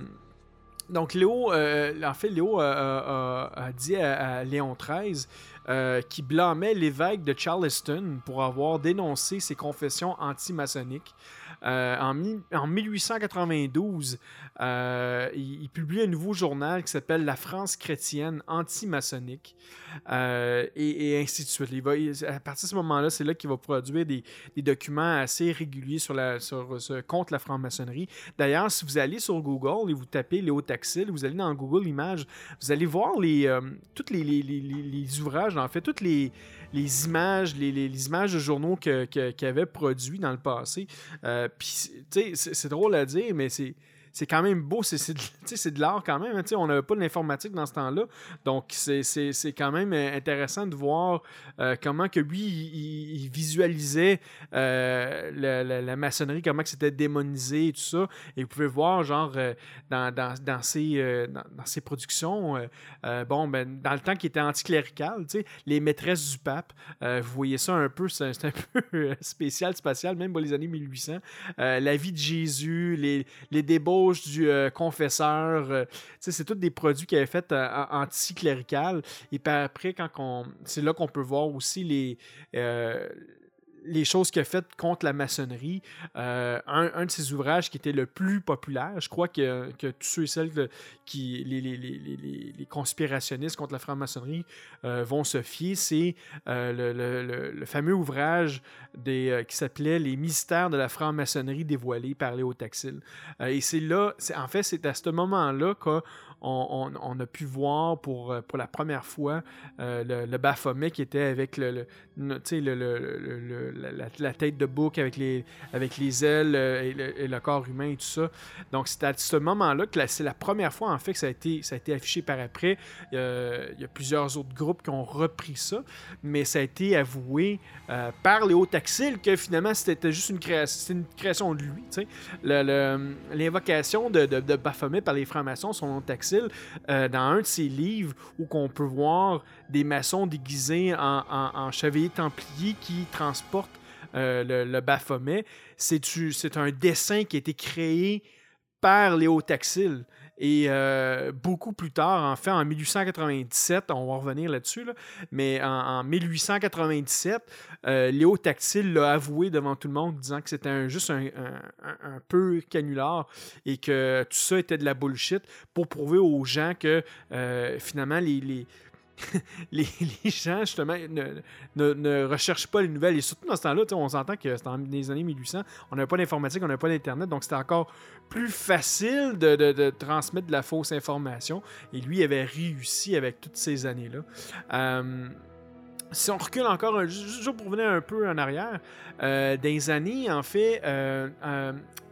Speaker 1: donc Léo, euh, en fait, Léo a, a, a dit à, à Léon treize euh, qu'il blâmait l'évêque de Charleston pour avoir dénoncé ses confessions anti-maçonniques. Euh, en, mi- en dix-huit cent quatre-vingt-douze, euh, il, il publie un nouveau journal qui s'appelle La France chrétienne anti-maçonnique, euh, et, et ainsi de suite. Il va, il, à partir de ce moment-là, c'est là qu'il va produire des, des documents assez réguliers sur la, sur, sur, contre la franc-maçonnerie. D'ailleurs, si vous allez sur Google et vous tapez Léo Taxil, vous allez dans Google Images, vous allez voir les, euh, tous les, les, les, les ouvrages, en fait, toutes les, les images, les, les, les images de journaux que, que, qu'il avait produits dans le passé. Euh, Puis, tu sais, c'est, c'est drôle à dire, mais c'est, c'est quand même beau. C'est, c'est, de, c'est de l'art quand même. Hein, on n'avait pas de l'informatique dans ce temps-là. Donc, c'est, c'est, c'est quand même intéressant de voir euh, comment que lui, il, il visualisait euh, la, la, la maçonnerie, comment que c'était démonisé et tout ça. Et vous pouvez voir, genre, euh, dans, dans, dans, ses, euh, dans, dans ses productions, euh, euh, bon, ben, dans le temps qui était anticlérical, les maîtresses du pape, euh, vous voyez ça un peu, c'est, c'est un peu spécial, spatial, même pour les années mille huit cents. Euh, la vie de Jésus, les, les débauches du euh, confesseur, euh, c'est tous des produits qu'il avait fait euh, anticlérical. Et puis après, quand on, c'est là qu'on peut voir aussi les... Euh, les choses qu'il a faites contre la maçonnerie. Euh, un, un de ses ouvrages qui était le plus populaire, je crois que, que tous ceux et celles que, qui, les, les, les, les, les conspirationnistes contre la franc-maçonnerie euh, vont se fier, c'est euh, le, le, le, le fameux ouvrage des, euh, qui s'appelait « Les mystères de la franc-maçonnerie dévoilés par Léo Taxil ». Euh, et c'est là, c'est, en fait, c'est à ce moment-là qu'on on, on a pu voir pour, pour la première fois euh, le, le Baphomet qui était avec le, le, le, le, le, le La, la tête de bouc avec les, avec les ailes euh, et, le, et le corps humain et tout ça. Donc, c'est à ce moment-là que la, c'est la première fois, en fait, que ça a été, ça a été affiché par après. Euh, il y a plusieurs autres groupes qui ont repris ça, mais ça a été avoué euh, par Léo Taxil que finalement, c'était juste une, créa- c'était une création de lui. Le, le, l'invocation de, de, de Baphomet par les francs-maçons, son nom Taxil, euh, dans un de ses livres où qu'on peut voir des maçons déguisés en, en, en chevaliers templiers qui transportent Euh, le, le Baphomet, c'est, tu, c'est un dessin qui a été créé par Léo Taxil. Et euh, beaucoup plus tard, en fait, en dix-huit cent quatre-vingt-dix-sept, on va revenir là-dessus, là, mais en, en dix-huit cent quatre-vingt-dix-sept, euh, Léo Taxil l'a avoué devant tout le monde, disant que c'était un, juste un, un, un peu canular et que tout ça était de la bullshit pour prouver aux gens que euh, finalement, les... les les, les gens, justement, ne, ne, ne recherchent pas les nouvelles. Et surtout dans ce temps-là, on s'entend que c'était dans les années mille huit cents, on n'avait pas d'informatique, on n'avait pas d'Internet, donc c'était encore plus facile de, de, de transmettre de la fausse information. Et lui, il avait réussi avec toutes ces années-là. Euh, si on recule encore, un, juste pour revenir un peu en arrière, euh, dans les années, en fait, euh, euh,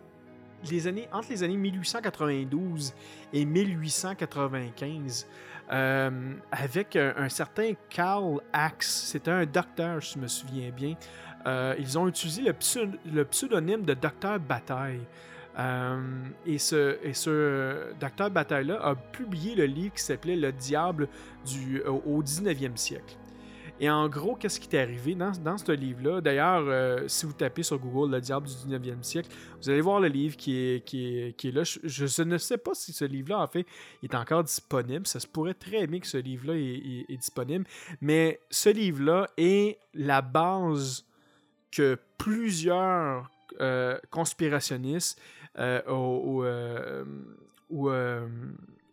Speaker 1: les années, entre les années mille huit cent quatre-vingt-douze et mille huit cent quatre-vingt-quinze, Euh, avec un, un certain Karl Axe, c'était un docteur, je me souviens bien. Euh, ils ont utilisé le, pseudo, le pseudonyme de Docteur Bataille. Euh, et ce, et ce Docteur Bataille-là a publié le livre qui s'appelait Le Diable du, au, au dix-neuvième siècle. Et en gros, qu'est-ce qui est arrivé dans, dans ce livre-là? D'ailleurs, euh, si vous tapez sur Google « Le diable du dix-neuvième siècle », vous allez voir le livre qui est, qui est, qui est là. Je, je ne sais pas si ce livre-là, en fait, est encore disponible. Ça se pourrait très bien que ce livre-là est, est, est disponible. Mais ce livre-là est la base que plusieurs euh, conspirationnistes euh, ou... ou, euh, ou euh,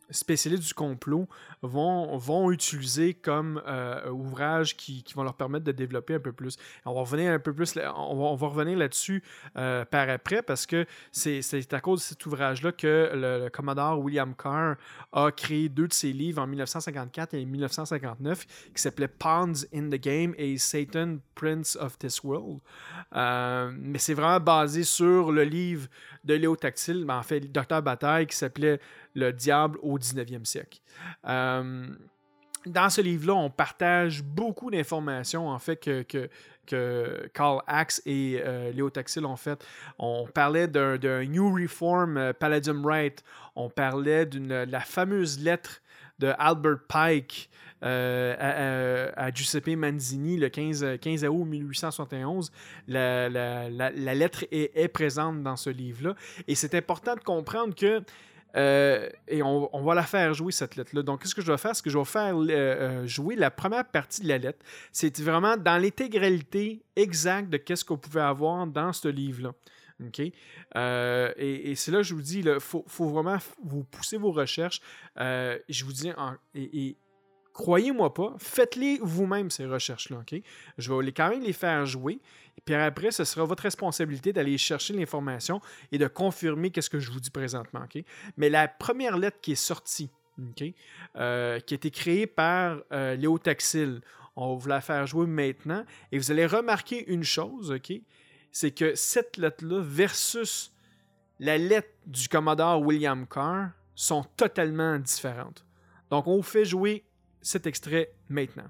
Speaker 1: spécialistes du complot vont, vont utiliser comme euh, ouvrage qui, qui vont leur permettre de développer un peu plus. On va revenir un peu plus, on va, on va revenir là-dessus euh, par après parce que c'est, c'est à cause de cet ouvrage-là que le, le Commodore William Carr a créé deux de ses livres en dix-neuf cent cinquante-quatre et dix-neuf cent cinquante-neuf qui s'appelaient Pawns in the Game et Satan, Prince of this World. Euh, mais c'est vraiment basé sur le livre de Léo Tactile, ben en fait, Docteur Bataille, qui s'appelait Le Diable au dix-neuvième siècle. Euh, dans ce livre-là, on partage beaucoup d'informations, en fait, que, que, que Karl Axe et euh, Léo Tactile ont fait. On parlait d'un, d'un New Reform euh, Palladium Rite. On parlait de la fameuse lettre de Albert Pike euh, à, à, à Giuseppe Manzini le quinze août mille huit cent soixante et onze. La, la, la, la lettre est, est présente dans ce livre-là. Et c'est important de comprendre que Euh, et on, on va la faire jouer, cette lettre-là. Donc, qu'est-ce que je vais faire? C'est que je vais faire euh, jouer la première partie de la lettre. C'est vraiment dans l'intégralité exacte de qu'est-ce qu'on pouvait avoir dans ce livre-là. OK? Euh, et, et c'est là que je vous dis, il faut, faut vraiment vous pousser vos recherches. Euh, je vous dis, en, et, et croyez-moi pas, faites-les vous-même, ces recherches-là. OK? Je vais les, quand même les faire jouer. Et puis après, ce sera votre responsabilité d'aller chercher l'information et de confirmer qu'est-ce que je vous dis présentement. Okay? Mais la première lettre qui est sortie, okay, euh, qui a été créée par euh, Léo Tactile, on va vous la faire jouer maintenant. Et vous allez remarquer une chose, okay, c'est que cette lettre-là versus la lettre du Commodore William Carr sont totalement différentes. Donc, on vous fait jouer cet extrait maintenant.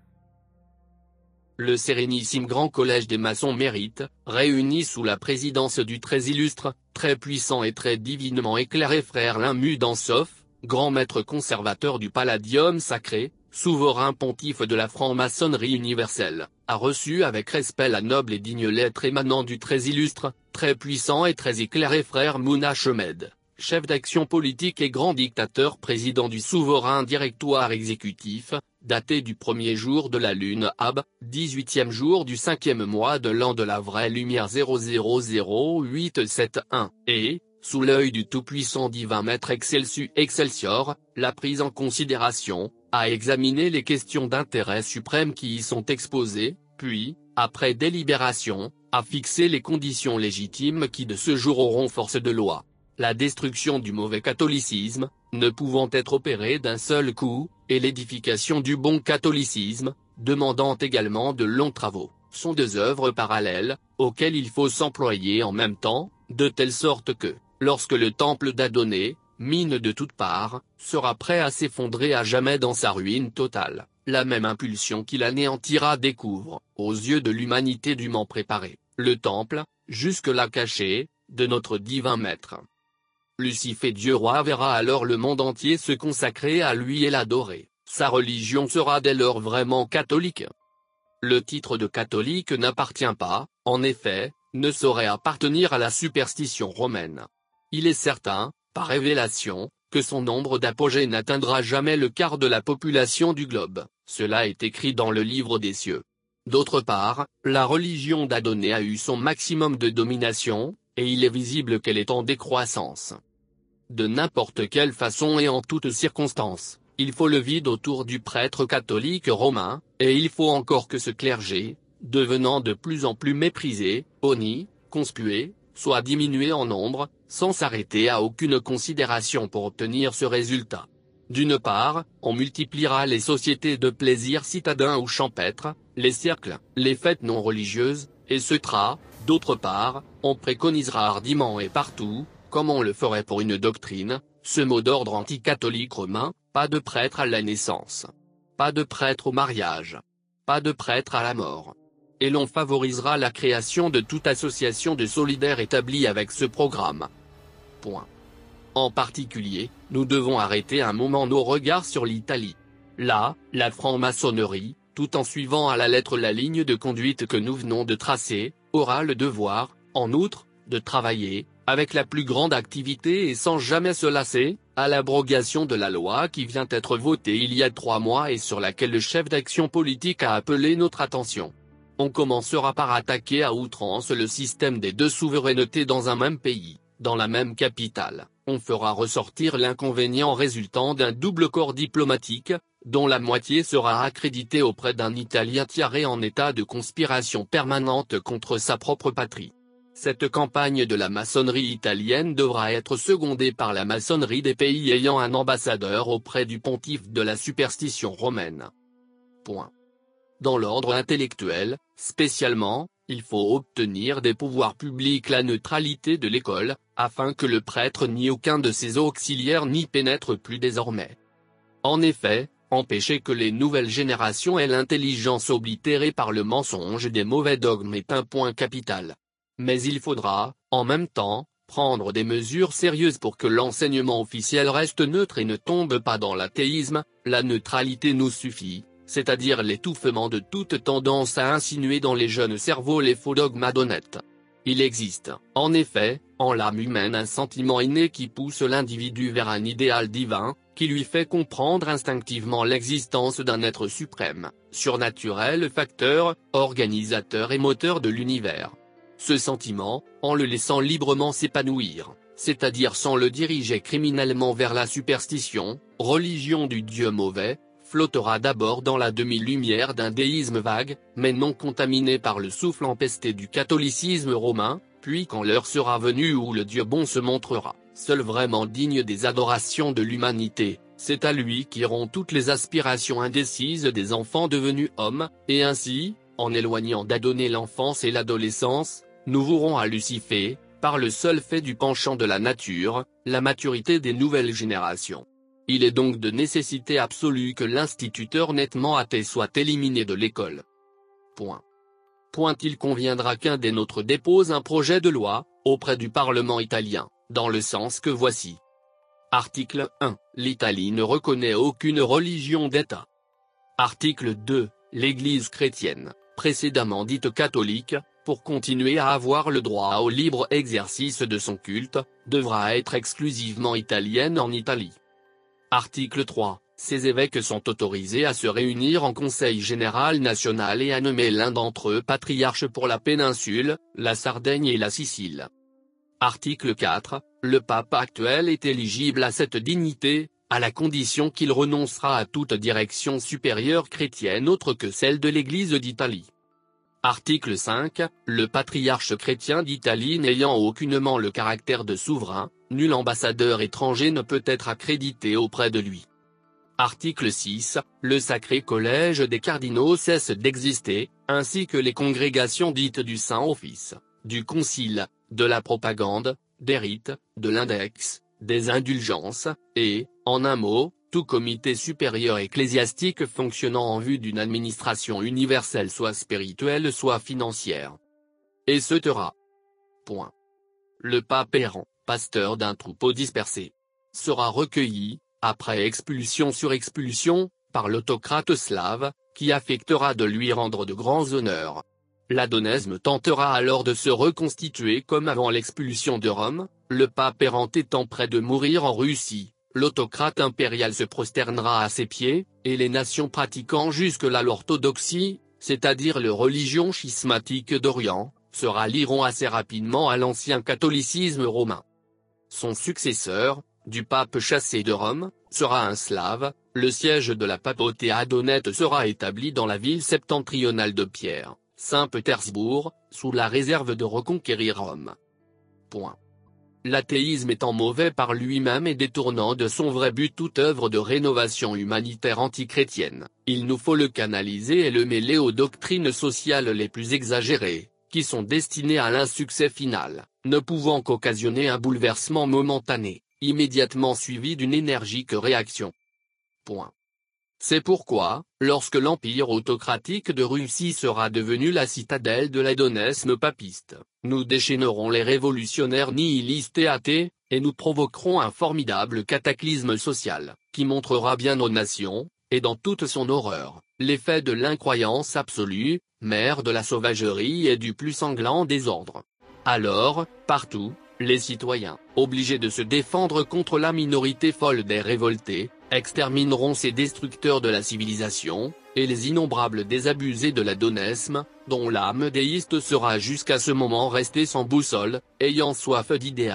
Speaker 7: Le Sérénissime Grand Collège des Maçons Mérite, réuni sous la présidence du très illustre, très puissant et très divinement éclairé frère Limmu d'Ansoff, grand maître conservateur du Palladium sacré, souverain pontife de la franc-maçonnerie universelle, a reçu avec respect la noble et digne lettre émanant du très illustre, très puissant et très éclairé frère Mouna Chemed, chef d'action politique et grand dictateur président du souverain directoire exécutif, daté du premier jour de la lune Ab, dix-huitième jour du cinquième mois de l'an de la vraie lumière zéro zéro zéro huit sept un, et, sous l'œil du tout-puissant divin maître Excelsu Excelsior, la prise en considération, a examiné les questions d'intérêt suprême qui y sont exposées, puis, après délibération, a fixé les conditions légitimes qui de ce jour auront force de loi. La destruction du mauvais catholicisme, ne pouvant être opérée d'un seul coup, et l'édification du bon catholicisme, demandant également de longs travaux, sont deux œuvres parallèles, auxquelles il faut s'employer en même temps, de telle sorte que, lorsque le temple d'Adonné, mine de toutes parts, sera prêt à s'effondrer à jamais dans sa ruine totale, la même impulsion qui l'anéantira découvre, aux yeux de l'humanité dûment préparée, le temple, jusque-là caché, de notre divin maître. Lucifer Dieu roi verra alors le monde entier se consacrer à lui et l'adorer, sa religion sera dès lors vraiment catholique. Le titre de catholique n'appartient pas, en effet, ne saurait appartenir à la superstition romaine. Il est certain, par révélation, que son nombre d'apogées n'atteindra jamais le quart de la population du globe, cela est écrit dans le livre des cieux. D'autre part, la religion d'Adonné a eu son maximum de domination, et il est visible qu'elle est en décroissance. De n'importe quelle façon et en toutes circonstances, il faut le vide autour du prêtre catholique romain, et il faut encore que ce clergé, devenant de plus en plus méprisé, honni, conspué, soit diminué en nombre, sans s'arrêter à aucune considération pour obtenir ce résultat. D'une part, on multipliera les sociétés de plaisir citadins ou champêtres, les cercles, les fêtes non religieuses, et ce sera, d'autre part, on préconisera hardiment et partout, comme on le ferait pour une doctrine, ce mot d'ordre anticatholique romain, pas de prêtre à la naissance. Pas de prêtre au mariage. Pas de prêtre à la mort. Et l'on favorisera la création de toute association de solidaires établie avec ce programme. Point. En particulier, nous devons arrêter un moment nos regards sur l'Italie. Là, la franc-maçonnerie, tout en suivant à la lettre la ligne de conduite que nous venons de tracer, aura le devoir, en outre, de travailler, avec la plus grande activité et sans jamais se lasser, à l'abrogation de la loi qui vient d'être votée il y a trois mois et sur laquelle le chef d'action politique a appelé notre attention. On commencera par attaquer à outrance le système des deux souverainetés dans un même pays, dans la même capitale. on fera ressortir l'inconvénient résultant d'un double corps diplomatique, dont la moitié sera accréditée auprès d'un Italien tiré en état de conspiration permanente contre sa propre patrie. Cette campagne de la maçonnerie italienne devra être secondée par la maçonnerie des pays ayant un ambassadeur auprès du pontife de la superstition romaine. Point. Dans l'ordre intellectuel, spécialement, il faut obtenir des pouvoirs publics la neutralité de l'école, afin que le prêtre ni aucun de ses auxiliaires n'y pénètre plus désormais. En effet, empêcher que les nouvelles générations aient l'intelligence oblitérée par le mensonge des mauvais dogmes est un point capital. Mais il faudra, en même temps, prendre des mesures sérieuses pour que l'enseignement officiel reste neutre et ne tombe pas dans l'athéisme. La neutralité nous suffit, c'est-à-dire l'étouffement de toute tendance à insinuer dans les jeunes cerveaux les faux dogmes adhonnêtes. Il existe, en effet, en l'âme humaine un sentiment inné qui pousse l'individu vers un idéal divin, qui lui fait comprendre instinctivement l'existence d'un être suprême, surnaturel facteur, organisateur et moteur de l'univers. Ce sentiment, en le laissant librement s'épanouir, c'est-à-dire sans le diriger criminellement vers la superstition, religion du dieu mauvais, flottera d'abord dans la demi-lumière d'un déisme vague, mais non contaminé par le souffle empesté du catholicisme romain, puis quand l'heure sera venue où le Dieu bon se montrera, seul vraiment digne des adorations de l'humanité, c'est à lui qu'iront toutes les aspirations indécises des enfants devenus hommes, et ainsi, en éloignant d'Adonné l'enfance et l'adolescence, nous vouerons à Lucifer, par le seul fait du penchant de la nature, la maturité des nouvelles générations. Il est donc de nécessité absolue que l'instituteur nettement athée soit éliminé de l'école. Point. Point. Il conviendra qu'un des nôtres dépose un projet de loi, auprès du Parlement italien, dans le sens que voici. Article un. L'Italie ne reconnaît aucune religion d'État. Article deux. L'Église chrétienne, précédemment dite catholique, pour continuer à avoir le droit au libre exercice de son culte, devra être exclusivement italienne en Italie. Article trois. Ces évêques sont autorisés à se réunir en Conseil général national et à nommer l'un d'entre eux patriarche pour la péninsule, la Sardaigne et la Sicile. Article quatre. Le pape actuel est éligible à cette dignité, à la condition qu'il renoncera à toute direction supérieure chrétienne autre que celle de l'Église d'Italie. Article cinq. Le patriarche chrétien d'Italie n'ayant aucunement le caractère de souverain, nul ambassadeur étranger ne peut être accrédité auprès de lui. Article six. Le Sacré Collège des cardinaux cesse d'exister, ainsi que les congrégations dites du Saint-Office, du Concile, de la propagande, des rites, de l'index, des indulgences, et, en un mot, tout comité supérieur ecclésiastique fonctionnant en vue d'une administration universelle soit spirituelle soit financière. Et ce sera. Point. Le pape errant, pasteur d'un troupeau dispersé, sera recueilli, après expulsion sur expulsion, par l'autocrate slave, qui affectera de lui rendre de grands honneurs. L'adonésme tentera alors de se reconstituer comme avant l'expulsion de Rome, le pape errant étant près de mourir en Russie. L'autocrate impérial se prosternera à ses pieds, et les nations pratiquant jusque-là l'orthodoxie, c'est-à-dire les religions schismatiques d'Orient, se rallieront assez rapidement à l'ancien catholicisme romain. Son successeur, du pape chassé de Rome, sera un slave, le siège de la papauté adonnète sera établi dans la ville septentrionale de Pierre, Saint-Pétersbourg, sous la réserve de reconquérir Rome. Point. L'athéisme étant mauvais par lui-même et détournant de son vrai but toute œuvre de rénovation humanitaire antichrétienne, il nous faut le canaliser et le mêler aux doctrines sociales les plus exagérées, qui sont destinées à l'insuccès final, ne pouvant qu'occasionner un bouleversement momentané, immédiatement suivi d'une énergique réaction. Point. C'est pourquoi, lorsque l'empire autocratique de Russie sera devenu la citadelle de l'adonésme papiste, nous déchaînerons les révolutionnaires nihilistes et athées, et nous provoquerons un formidable cataclysme social, qui montrera bien aux nations, et dans toute son horreur, l'effet de l'incroyance absolue, mère de la sauvagerie et du plus sanglant désordre. Alors, partout, les citoyens, obligés de se défendre contre la minorité folle des révoltés, extermineront ces destructeurs de la civilisation, et les innombrables désabusés de l'adonésme, dont l'âme déiste sera jusqu'à ce moment restée sans boussole, ayant soif d'idéal,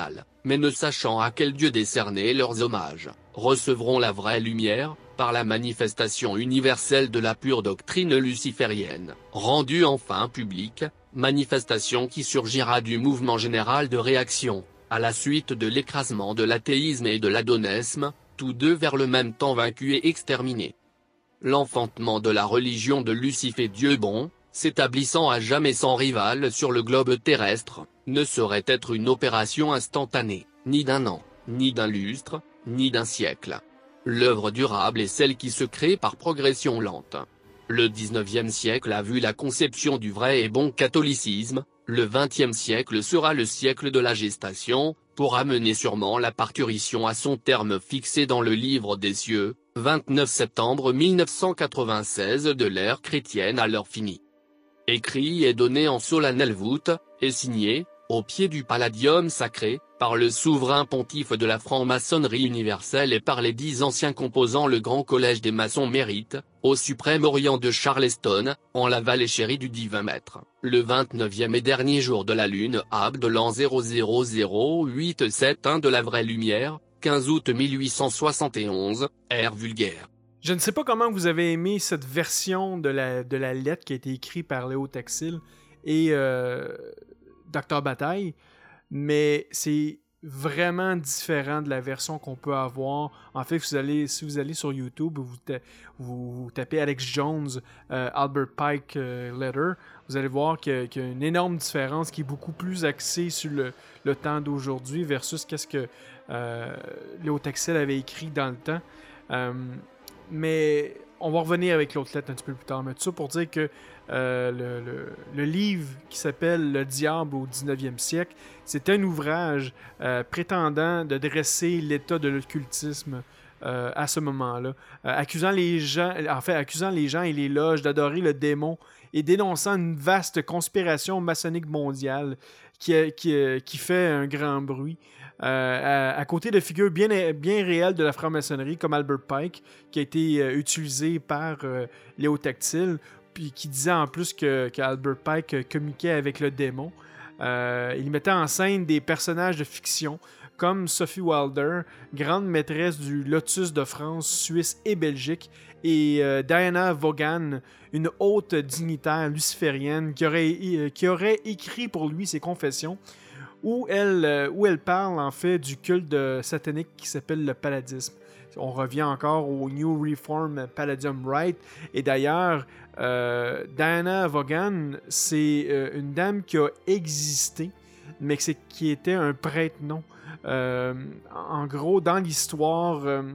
Speaker 7: mais ne sachant à quel dieu décerner leurs hommages, recevront la vraie lumière, par la manifestation universelle de la pure doctrine luciférienne, rendue enfin publique, manifestation qui surgira du mouvement général de réaction, à la suite de l'écrasement de l'athéisme et de l'adonisme, tous deux vers le même temps vaincus et exterminés. L'enfantement de la religion de Lucifer Dieu bon, s'établissant à jamais sans rival sur le globe terrestre, ne saurait être une opération instantanée, ni d'un an, ni d'un lustre, ni d'un siècle. L'œuvre durable est celle qui se crée par progression lente. Le dix-neuvième siècle a vu la conception du vrai et bon catholicisme, le vingtième siècle sera le siècle de la gestation, pour amener sûrement la parturition à son terme fixé dans le livre des cieux, vingt-neuf septembre mille neuf cent quatre-vingt-seize de l'ère chrétienne à l'heure finie. Écrit et donné en solennelle voûte, et signé, au pied du palladium sacré, par le souverain pontife de la franc-maçonnerie universelle et par les dix anciens composant le Grand Collège des maçons mérites, au suprême orient de Charleston, en la vallée chérie du divin maître, le vingt-neuvième et dernier jour de la lune Ab de l'an zéro zéro zéro huit sept un de la vraie lumière, quinze août mille huit cent soixante et onze, ère vulgaire.
Speaker 1: Je ne sais pas comment vous avez aimé cette version de la, de la lettre qui a été écrite par Léo Taxil et euh, Docteur Bataille, mais c'est vraiment différent de la version qu'on peut avoir. En fait, vous allez, si vous allez sur YouTube, vous, ta, vous, vous tapez Alex Jones, euh, Albert Pike euh, Letter, vous allez voir qu'il y, a, qu'il y a une énorme différence qui est beaucoup plus axée sur le, le temps d'aujourd'hui versus qu'est-ce que euh, Léo Taxil avait écrit dans le temps. Euh, mais on va revenir avec l'autre lettre un petit peu plus tard. Mais tout ça pour dire que euh, le, le, le livre qui s'appelle Le Diable au dix-neuvième siècle, c'est un ouvrage euh, prétendant de dresser l'état de l'occultisme euh, à ce moment-là, euh, accusant les gens, en fait, accusant les gens et les loges d'adorer le démon et dénonçant une vaste conspiration maçonnique mondiale qui, qui, qui fait un grand bruit. Euh, à, à côté de figures bien, bien réelles de la franc-maçonnerie comme Albert Pike, qui a été euh, utilisé par euh, Léo Taxil, puis qui disait en plus que, qu'Albert Pike communiquait avec le démon. Euh, il mettait en scène des personnages de fiction comme Sophie Wilder, grande maîtresse du Lotus de France, Suisse et Belgique, et euh, Diana Vaughan, une haute dignitaire luciférienne qui aurait, euh, qui aurait écrit pour lui ses confessions, où elle, euh, où elle parle en fait du culte de satanique qui s'appelle le palladisme. On revient encore au New Reform Palladium Rite. Et d'ailleurs, euh, Diana Vaughan, c'est euh, une dame qui a existé, mais c'est, qui était un prêtre-nom. Euh, en gros, dans l'histoire, euh,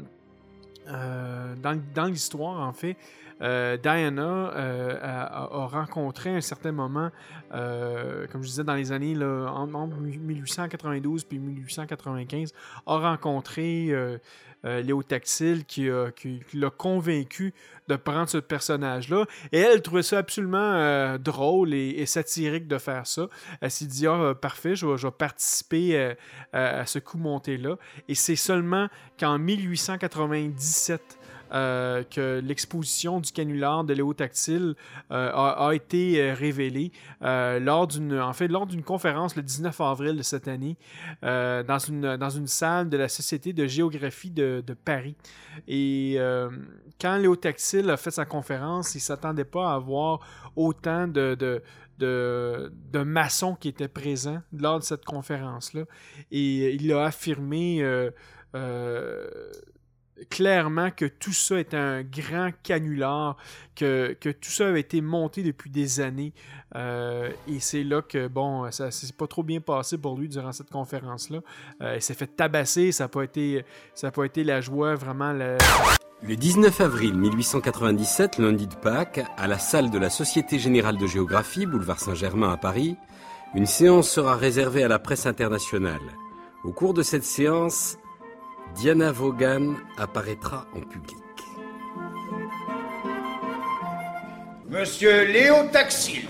Speaker 1: euh, dans, dans l'histoire en fait, Euh, Diana euh, a, a rencontré à un certain moment, euh, comme je disais dans les années là, entre, entre mille huit cent quatre-vingt-douze et mille huit cent quatre-vingt-quinze, a rencontré euh, euh, Léo Taxil qui, a, qui, qui l'a convaincu de prendre ce personnage-là. Et elle trouvait ça absolument euh, drôle et, et satirique de faire ça. Elle s'est dit, ah, parfait, je vais, je vais participer euh, à, à ce coup monté-là. Et c'est seulement qu'en mille huit cent quatre-vingt-dix-sept, Euh, que l'exposition du canular de Léo Taxil euh, a, a été euh, révélée euh, lors d'une, en fait, lors d'une conférence le dix-neuf avril de cette année euh, dans, une, dans une salle de la Société de géographie de, de Paris. Et euh, quand Léo Taxil a fait sa conférence, il ne s'attendait pas à avoir autant de, de De, de maçons qui étaient présents lors de cette conférence-là. Et il a affirmé euh, euh, clairement que tout ça est un grand canular, que, que tout ça avait été monté depuis des années. Euh, et c'est là que, bon, ça s'est pas trop bien passé pour lui durant cette conférence-là. Euh, il s'est fait tabasser, ça n'a pas été, ça n'a pas été la joie, vraiment. La...
Speaker 8: Le dix-neuf avril mille huit cent quatre-vingt-dix-sept, lundi de Pâques, à la salle de la Société Générale de Géographie, boulevard Saint-Germain à Paris, une séance sera réservée à la presse internationale. Au cours de cette séance, Diana Vaughan apparaîtra en public.
Speaker 9: Monsieur Léo Taxil.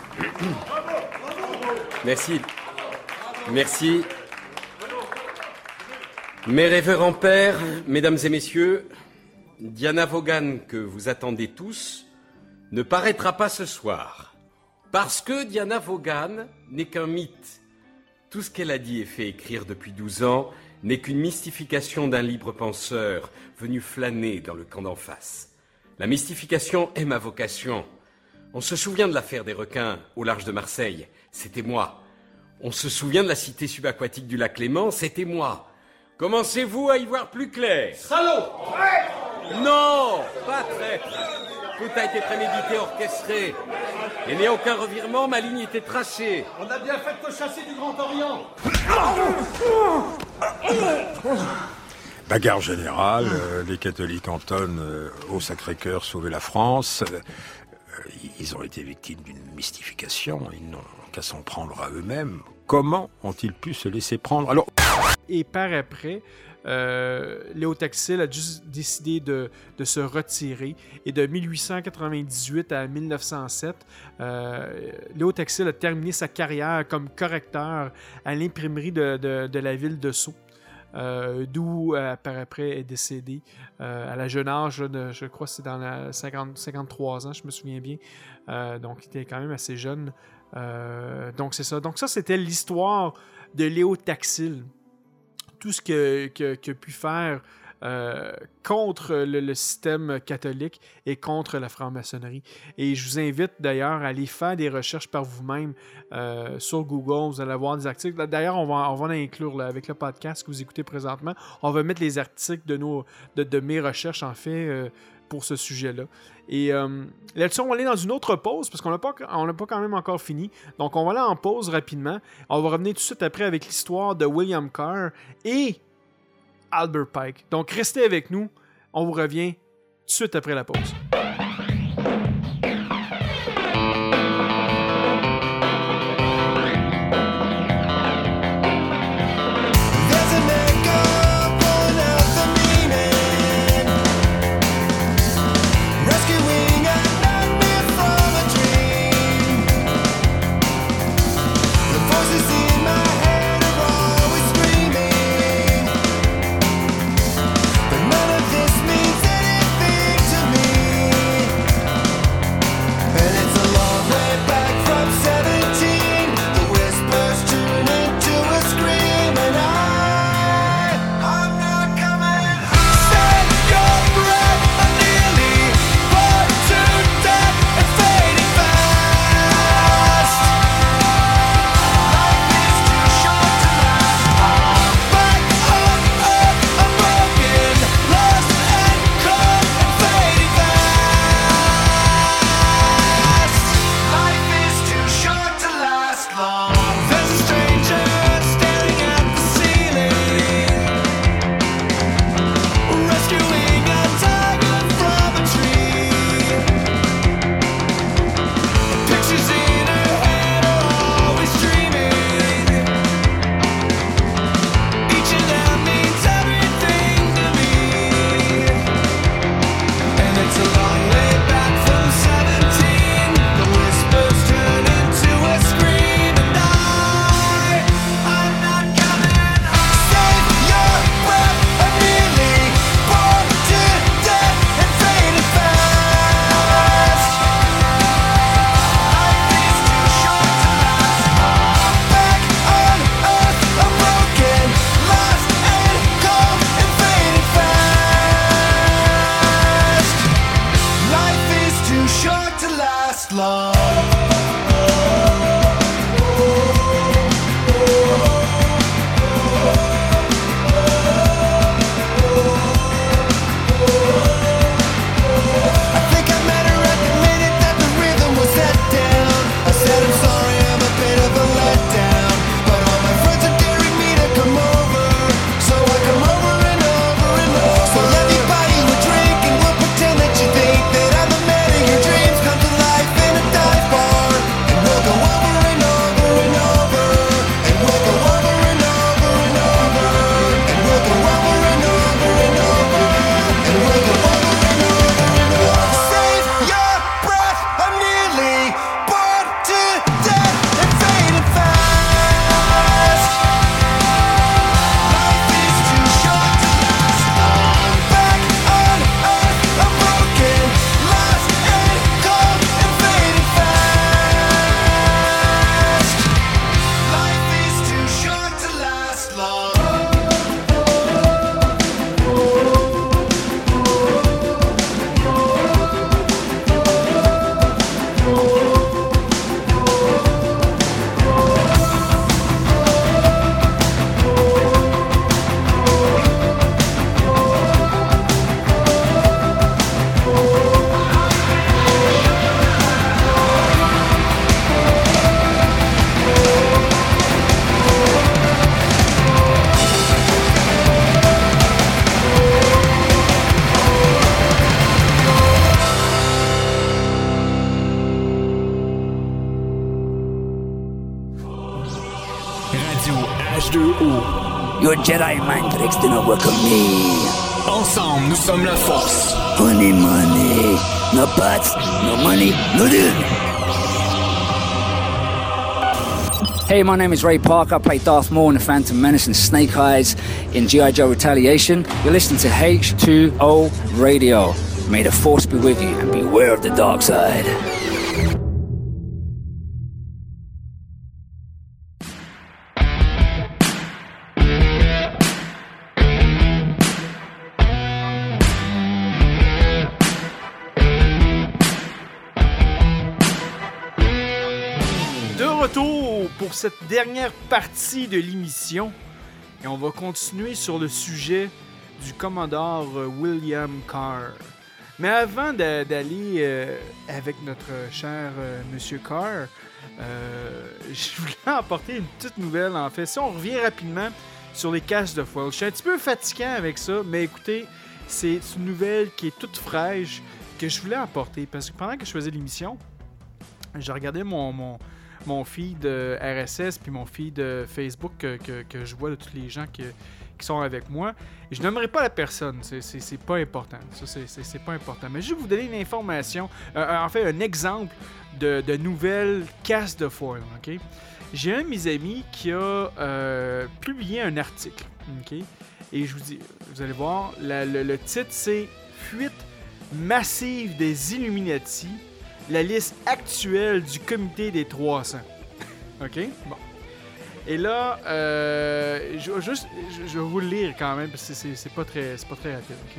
Speaker 8: Merci. Merci. Mes révérends pères, mesdames et messieurs, Diana Vaughan, que vous attendez tous, ne paraîtra pas ce soir. Parce que Diana Vaughan n'est qu'un mythe. Tout ce qu'elle a dit et fait écrire depuis douze ans n'est qu'une mystification d'un libre penseur venu flâner dans le camp d'en face. La mystification est ma vocation. On se souvient de l'affaire des requins au large de Marseille, c'était moi. On se souvient de la cité subaquatique du lac Léman, c'était moi. Commencez-vous à y voir plus clair?
Speaker 9: Salaud!
Speaker 8: Non, pas traître. Tout a été prémédité, orchestré. Il n'y a aucun revirement, ma ligne était tracée.
Speaker 9: On a bien fait de te chasser du Grand Orient.
Speaker 10: Bagarre générale, euh, les catholiques entonnent euh, au Sacré-Cœur sauver la France. Euh, ils ont été victimes d'une mystification, ils n'ont qu'à s'en prendre à eux-mêmes. Comment ont-ils pu se laisser prendre? Alors...
Speaker 1: Et par après, euh, Léo Taxil a juste décidé de, de se retirer. Et de mille huit cent quatre-vingt-dix-huit à mille neuf cent sept, euh, Léo Taxil a terminé sa carrière comme correcteur à l'imprimerie de, de, de la ville de Sceaux. Euh, d'où euh, par après est décédé euh, à la jeune âge de, je crois que c'est dans la cinquante, cinquante-trois ans, je me souviens bien. Euh, donc il était quand même assez jeune. Euh, donc c'est ça. Donc ça c'était l'histoire de Léo Taxil. Tout ce que, que, qu'il a pu faire euh, contre le, le système catholique et contre la franc-maçonnerie. Et je vous invite d'ailleurs à aller faire des recherches par vous-même euh, sur Google. Vous allez avoir des articles. D'ailleurs, on va, on va l'inclure là, avec le podcast que vous écoutez présentement. On va mettre les articles de, nos, de, de mes recherches, en fait, euh, pour ce sujet-là. Et euh, là-dessus, on va aller dans une autre pause parce qu'on n'a pas, on n'a pas quand même encore fini. Donc, on va aller en pause rapidement. On va revenir tout de suite après avec l'histoire de William Carr et Albert Pike. Donc, restez avec nous. On vous revient tout de suite après la pause.
Speaker 11: None of this means anything to me.
Speaker 2: Radio H deux O.
Speaker 11: Your Jedi mind tricks do not work on me.
Speaker 2: Ensemble, nous sommes la force.
Speaker 11: Money, money. No pots, no money, no dude. Hey, my name is Ray Parker. I play Darth Maul in The Phantom Menace and Snake Eyes in G I. Joe Retaliation. You're listening to H two O Radio. May the Force be with you and beware of the dark side.
Speaker 1: Pour cette dernière partie de l'émission, et on va continuer sur le sujet du Commodore William Carr. Mais avant de, d'aller euh, avec notre cher euh, Monsieur Carr, euh, je voulais apporter une petite nouvelle. En fait, si on revient rapidement sur les caches de foil, je suis un petit peu fatiguant avec ça, mais écoutez, c'est une nouvelle qui est toute fraîche que je voulais apporter parce que pendant que je faisais l'émission, je regardais mon, mon mon feed R S S puis mon feed Facebook que, que, que je vois de tous les gens qui, qui sont avec moi. Et je nommerai pas la personne, c'est, c'est, c'est pas important. Ça, c'est, c'est, c'est pas important. Mais je vais vous donner une information, euh, en fait un exemple de, de nouvelles caches de foil. Okay? J'ai un de mes amis qui a euh, publié un article. Okay? Et je vous dis, vous allez voir, la, le, le titre c'est « Fuite massive des Illuminati ». La liste actuelle du comité des trois cents. OK? Bon. Et là, euh, je, juste, je, je vais vous le lire quand même, parce que c'est, c'est, pas, très, c'est pas très rapide. OK?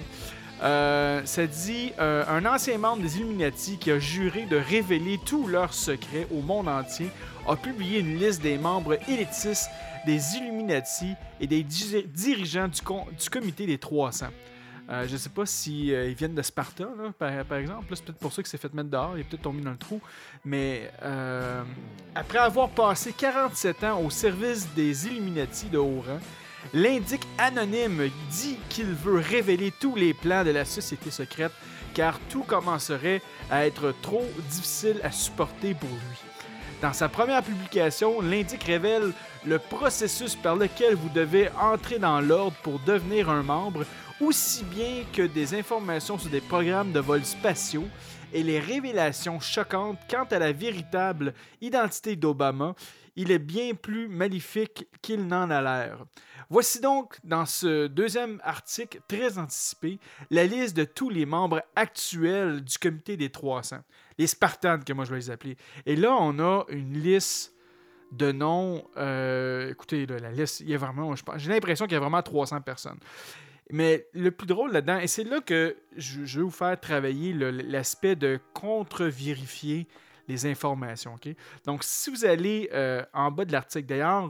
Speaker 1: Euh, ça dit euh, un ancien membre des Illuminati qui a juré de révéler tous leurs secrets au monde entier a publié une liste des membres élitistes des Illuminati et des di- dirigeants du, com- du comité des trois cents. Euh, je ne sais pas s'ils si, euh, viennent de Sparta, là, par, par exemple. Là, c'est peut-être pour ça qu'il s'est fait mettre dehors. Il est peut-être tombé dans le trou. Mais euh, après avoir passé quarante-sept ans au service des Illuminati de haut rang, l'indique anonyme dit qu'il veut révéler tous les plans de la société secrète car tout commencerait à être trop difficile à supporter pour lui. Dans sa première publication, l'indique révèle le processus par lequel vous devez entrer dans l'ordre pour devenir un membre, aussi bien que des informations sur des programmes de vols spatiaux et les révélations choquantes quant à la véritable identité d'Obama. Il est bien plus maléfique qu'il n'en a l'air. Voici donc, dans ce deuxième article très anticipé, la liste de tous les membres actuels du comité des trois cents. Les Spartans, que moi je vais les appeler. Et là, on a une liste de noms. Euh, écoutez, là, la liste, il y a vraiment, je pense, j'ai l'impression qu'il y a vraiment trois cents personnes. Mais le plus drôle là-dedans, et c'est là que je, je vais vous faire travailler le, l'aspect de contre-vérifier les informations. Okay? Donc, si vous allez euh, en bas de l'article, d'ailleurs,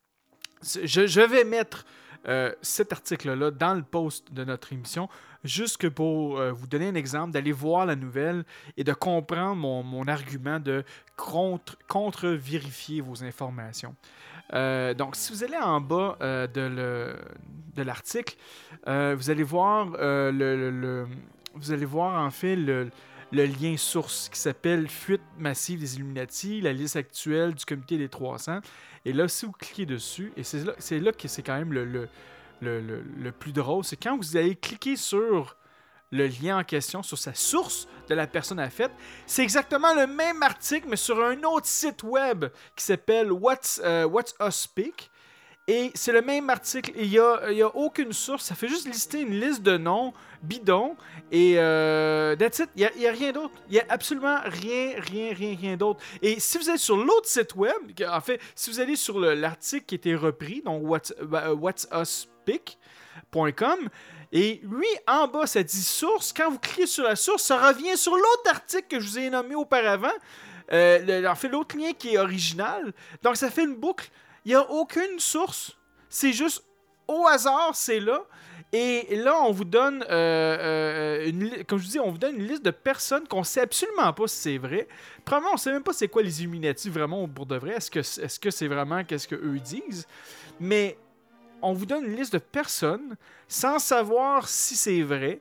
Speaker 1: je, je vais mettre euh, cet article-là dans le post de notre émission, juste que pour euh, vous donner un exemple, d'aller voir la nouvelle et de comprendre mon, mon argument de contre, contre-vérifier vos informations. Euh, donc, si vous allez en bas euh, de, le, de l'article, euh, vous allez voir euh, le, le, le, vous allez voir en fait le, le lien source qui s'appelle Fuite massive des Illuminati, la liste actuelle du comité des trois cents. Et là, si vous cliquez dessus, et c'est là, c'est là que c'est quand même le, le, le, le, le plus drôle, c'est quand vous allez cliquer sur le lien en question, sur sa source de la personne à fait, c'est exactement le même article, mais sur un autre site web qui s'appelle What's, uh, What's Us Speak. Et c'est le même article. Il n'y a, y a aucune source. Ça fait juste lister une liste de noms bidons. Et euh, that's it. Il n'y a, a rien d'autre. Il n'y a absolument rien, rien, rien, rien d'autre. Et si vous êtes sur l'autre site web, en fait, si vous allez sur le, l'article qui a été repris, donc what's, uh, what's us speak point com, et lui, en bas, ça dit source. Quand vous cliquez sur la source, ça revient sur l'autre article que je vous ai nommé auparavant. Euh, le, en fait, l'autre lien qui est original. Donc, ça fait une boucle. Il n'y a aucune source. C'est juste au hasard, c'est là. Et là, on vous donne, euh, euh, une, comme je dis, on vous donne une liste de personnes qu'on ne sait absolument pas si c'est vrai. Premièrement, on ne sait même pas c'est quoi les Illuminati vraiment pour de vrai. Est-ce que, est-ce que c'est vraiment qu'est-ce qu'eux disent? Mais on vous donne une liste de personnes sans savoir si c'est vrai.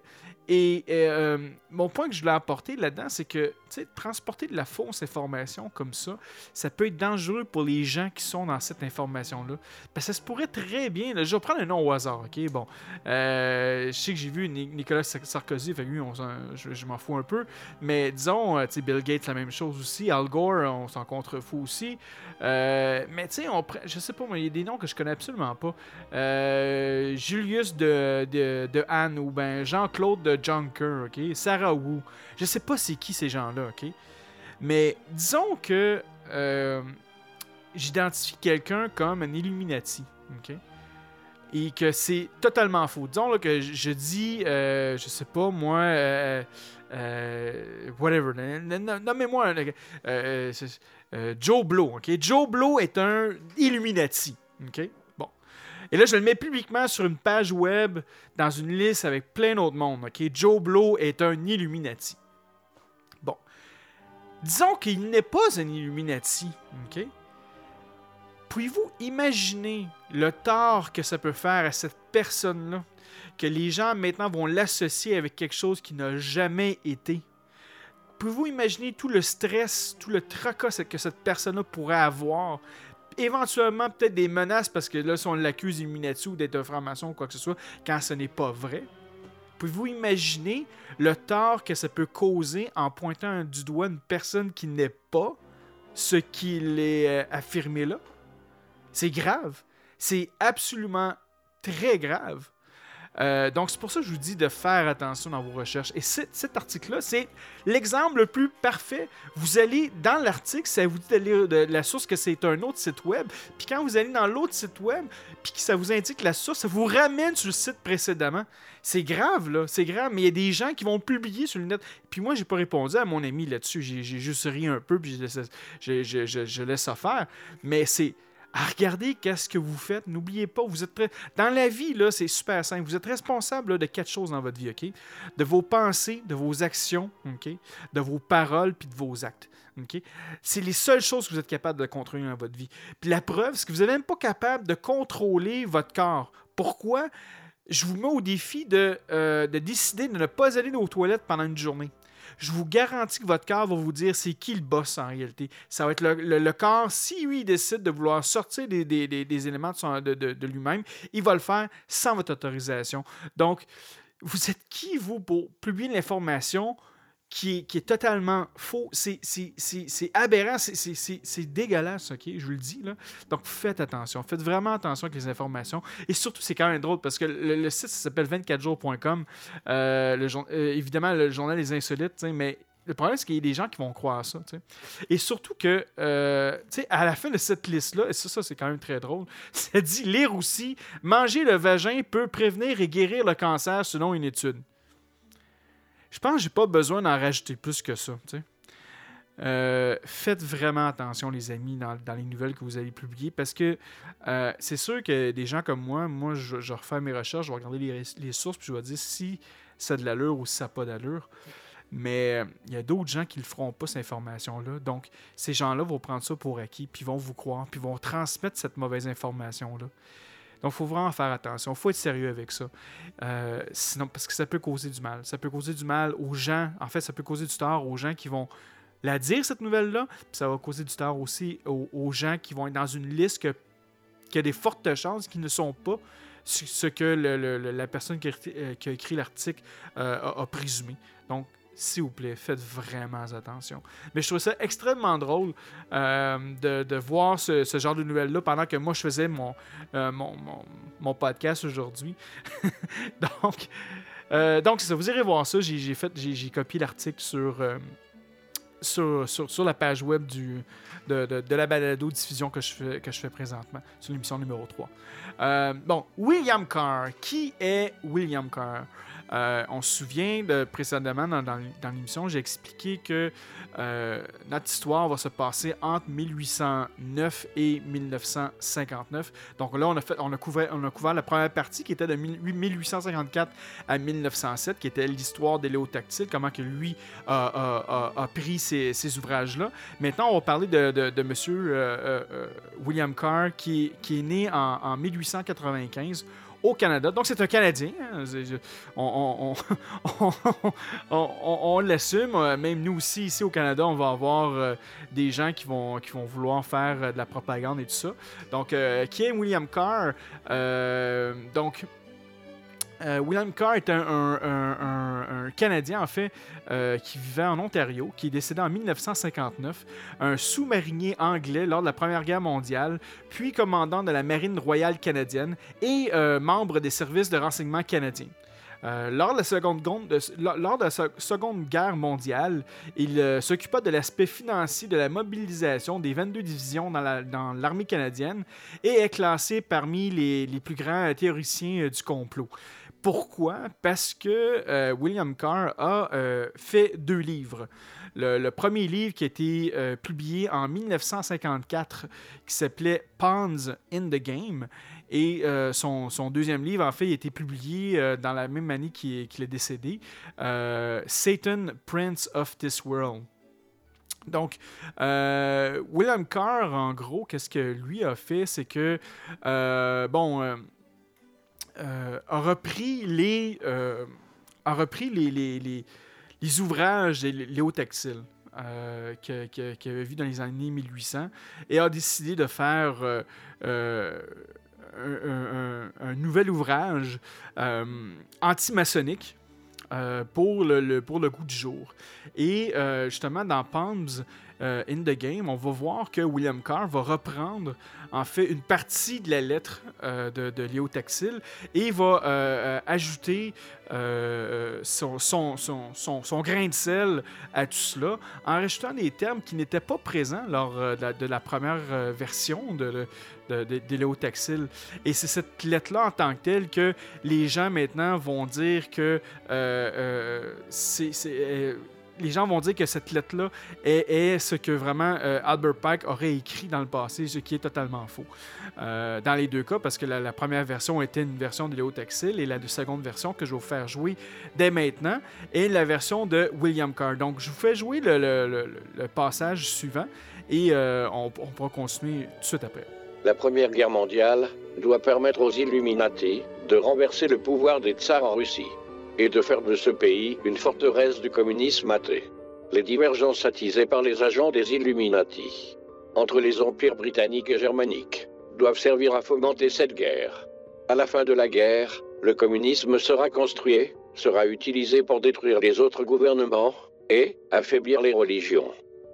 Speaker 1: Et euh, mon point que je voulais apporter là-dedans, c'est que transporter de la fausse information comme ça, ça peut être dangereux pour les gens qui sont dans cette information-là. Parce que ça se pourrait très bien... Là, je vais prendre un nom au hasard, OK? Bon, euh, je sais que j'ai vu Nicolas Sarkozy, fait que lui, on je, je m'en fous un peu, mais disons, euh, Bill Gates, la même chose aussi, Al Gore, on s'en contrefout aussi. Euh, mais tu sais, je sais pas, il y a des noms que je connais absolument pas. Euh, Julius de, de, de Anne, ou ben Jean-Claude de Junker, OK? Sarah Wu. Je sais pas c'est qui ces gens-là, OK? Mais disons que euh, j'identifie quelqu'un comme un Illuminati, OK? Et que c'est totalement faux. Disons là, que je, je dis, euh, je sais pas, moi, euh, euh, whatever, nommez-moi un, euh, euh, Joe Blow, OK? Joe Blow est un Illuminati, OK? Bon. Et là, je le mets publiquement sur une page web, dans une liste avec plein d'autres mondes, OK? Joe Blow est un Illuminati. Bon. Disons qu'il n'est pas un Illuminati, OK? Pouvez-vous imaginer le tort que ça peut faire à cette personne-là, que les gens maintenant vont l'associer avec quelque chose qui n'a jamais été? Pouvez-vous imaginer tout le stress, tout le tracas que cette personne-là pourrait avoir? Éventuellement, peut-être des menaces, parce que là, si on l'accuse d'Illuminati ou d'être un franc-maçon ou quoi que ce soit, quand ce n'est pas vrai. Pouvez-vous imaginer le tort que ça peut causer en pointant du doigt une personne qui n'est pas ce qu'il est affirmé là? C'est grave. C'est absolument très grave. Euh, donc, c'est pour ça que je vous dis de faire attention dans vos recherches. Et cet, cet article-là, c'est l'exemple le plus parfait. Vous allez dans l'article, ça vous dit de lire de la source que c'est un autre site web. Puis quand vous allez dans l'autre site web, puis que ça vous indique la source, ça vous ramène sur le site précédemment. C'est grave, là. C'est grave, mais il y a des gens qui vont publier sur le net. Puis moi, j'ai pas répondu à mon ami là-dessus. J'ai, j'ai juste ri un peu, puis je laisse, je, je, je, je laisse ça faire. Mais c'est... à regarder qu'est-ce que vous faites. N'oubliez pas, vous êtes très... Dans la vie, là, c'est super simple. Vous êtes responsable là, de quatre choses dans votre vie, OK? De vos pensées, de vos actions, OK? De vos paroles, puis de vos actes, OK? C'est les seules choses que vous êtes capable de contrôler dans votre vie. Puis la preuve, c'est que vous n'êtes même pas capable de contrôler votre corps. Pourquoi? Je vous mets au défi de, euh, de décider de ne pas aller aux toilettes pendant une journée. Je vous garantis que votre corps va vous dire c'est qui le boss en réalité. Ça va être le, le, le corps, si lui il décide de vouloir sortir des, des, des, des éléments de, son, de, de, de lui-même, il va le faire sans votre autorisation. Donc, vous êtes qui, vous, pour publier l'information qui est, qui est totalement faux? C'est, c'est, c'est, c'est aberrant, c'est, c'est, c'est, c'est dégueulasse, OK? Je vous le dis, là. Donc, faites attention. Faites vraiment attention avec les informations. Et surtout, c'est quand même drôle parce que le, le site, ça s'appelle vingt-quatre jours point com. Euh, le, euh, évidemment, le journal Les Insolites, mais le problème, c'est qu'il y a des gens qui vont croire ça, t'sais. Et surtout que, euh, tu sais, à la fin de cette liste-là, et ça, ça, c'est quand même très drôle, ça dit lire aussi, manger le vagin peut prévenir et guérir le cancer selon une étude. Je pense que j'ai pas besoin d'en rajouter plus que ça, tu sais. Euh, faites vraiment attention, les amis, dans, dans les nouvelles que vous allez publier, parce que euh, c'est sûr que des gens comme moi, moi, je, je refais mes recherches, je vais regarder les, les sources, puis je vais dire si ça a de l'allure ou si ça n'a pas d'allure. Mais il euh, y a d'autres gens qui ne le feront pas, cette information-là. Donc, ces gens-là vont prendre ça pour acquis, puis vont vous croire, puis vont transmettre cette mauvaise information-là. Donc, il faut vraiment faire attention. Il faut être sérieux avec ça. Euh, sinon, parce que ça peut causer du mal. Ça peut causer du mal aux gens. En fait, ça peut causer du tort aux gens qui vont la dire, cette nouvelle-là. Puis ça va causer du tort aussi aux, aux gens qui vont être dans une liste que, qui a des fortes chances qui ne sont pas ce que le, le, la personne qui a, qui a écrit l'article euh, a, a présumé. Donc, s'il vous plaît, faites vraiment attention. Mais je trouve ça extrêmement drôle euh, de, de voir ce, ce genre de nouvelles-là pendant que moi, je faisais mon, euh, mon, mon, mon podcast aujourd'hui. donc, euh, donc, c'est ça. Vous irez voir ça. J'ai, j'ai, fait, j'ai, j'ai copié l'article sur, euh, sur, sur, sur la page web du, de, de, de la balado-diffusion que je fais, que je fais présentement sur l'émission numéro trois. Euh, bon, William Carr. Qui est William Carr? Euh, on se souvient de, précédemment dans, dans, dans l'émission, j'ai expliqué que euh, notre histoire va se passer entre mille huit cent neuf et mille neuf cent cinquante-neuf. Donc là, on a, fait, on a, couvert, on a couvert la première partie qui était de mille huit cent cinquante-quatre à mille neuf cent sept, qui était l'histoire d'Héliotactile, comment que lui a, a, a, a pris ces, ces ouvrages-là. Maintenant, on va parler de, de, de M. Euh, euh, William Carr, qui, qui est né en, en mille huit cent quatre-vingt-quinze au Canada. Donc, c'est un Canadien. Hein, c'est, on, on, on, on, on, on l'assume. Même nous aussi, ici au Canada, on va avoir euh, des gens qui vont, qui vont vouloir faire euh, de la propagande et tout ça. Donc, euh, qui est William Carr? Euh, donc... Euh, William Carr est un, un, un, un, un Canadien, en fait, euh, qui vivait en Ontario, qui est décédé en dix-neuf cent cinquante-neuf, un sous-marinier anglais lors de la Première Guerre mondiale, puis commandant de la Marine royale canadienne et euh, membre des services de renseignement canadiens. Euh, lors, de la seconde, de, lors de la Seconde Guerre mondiale, il euh, s'occupa de l'aspect financier de la mobilisation des vingt-deux divisions dans, la, dans l'armée canadienne et est classé parmi les, les plus grands théoriciens euh, du complot. Pourquoi? Parce que euh, William Carr a euh, fait deux livres. Le, le premier livre qui a été euh, publié en dix-neuf cent cinquante-quatre, qui s'appelait Pawns in the Game, et euh, son, son deuxième livre, en fait, il a été publié euh, dans la même année qu'il, qu'il est décédé, euh, Satan, Prince of this World. Donc, euh, William Carr, en gros, qu'est-ce que lui a fait? C'est que, euh, bon... Euh, Euh, a repris les euh, a repris les, les, les, les ouvrages de Léo Taxil euh, qu'il que, que avait vu dans les années mille huit cents et a décidé de faire euh, euh, un, un, un nouvel ouvrage euh, anti-maçonnique euh, pour, le, le, pour le goût du jour. Et euh, justement, dans Palms euh, in the Game, on va voir que William Carr va reprendre en fait une partie de la lettre euh, de, de Léo Taxil et va euh, ajouter euh, son, son, son, son, son grain de sel à tout cela en rajoutant des termes qui n'étaient pas présents lors euh, de, la, de la première euh, version de, de, de, de Léo Taxil. Et c'est cette lettre-là en tant que telle que les gens maintenant vont dire que euh, euh, c'est... c'est euh, les gens vont dire que cette lettre-là est, est ce que vraiment euh, Albert Pike aurait écrit dans le passé, ce qui est totalement faux. Euh, dans les deux cas, parce que la, la première version était une version de Léo Taxil et la seconde version que je vais vous faire jouer dès maintenant est la version de William Carr. Donc, je vous fais jouer le, le, le, le passage suivant et euh, on, on pourra continuer tout de suite après.
Speaker 12: La Première Guerre mondiale doit permettre aux Illuminati de renverser le pouvoir des tsars en Russie et de faire de ce pays une forteresse du communisme athée. Les divergences attisées par les agents des Illuminati entre les empires britanniques et germaniques doivent servir à fomenter cette guerre. À la fin de la guerre, le communisme sera construit, sera utilisé pour détruire les autres gouvernements et affaiblir les religions.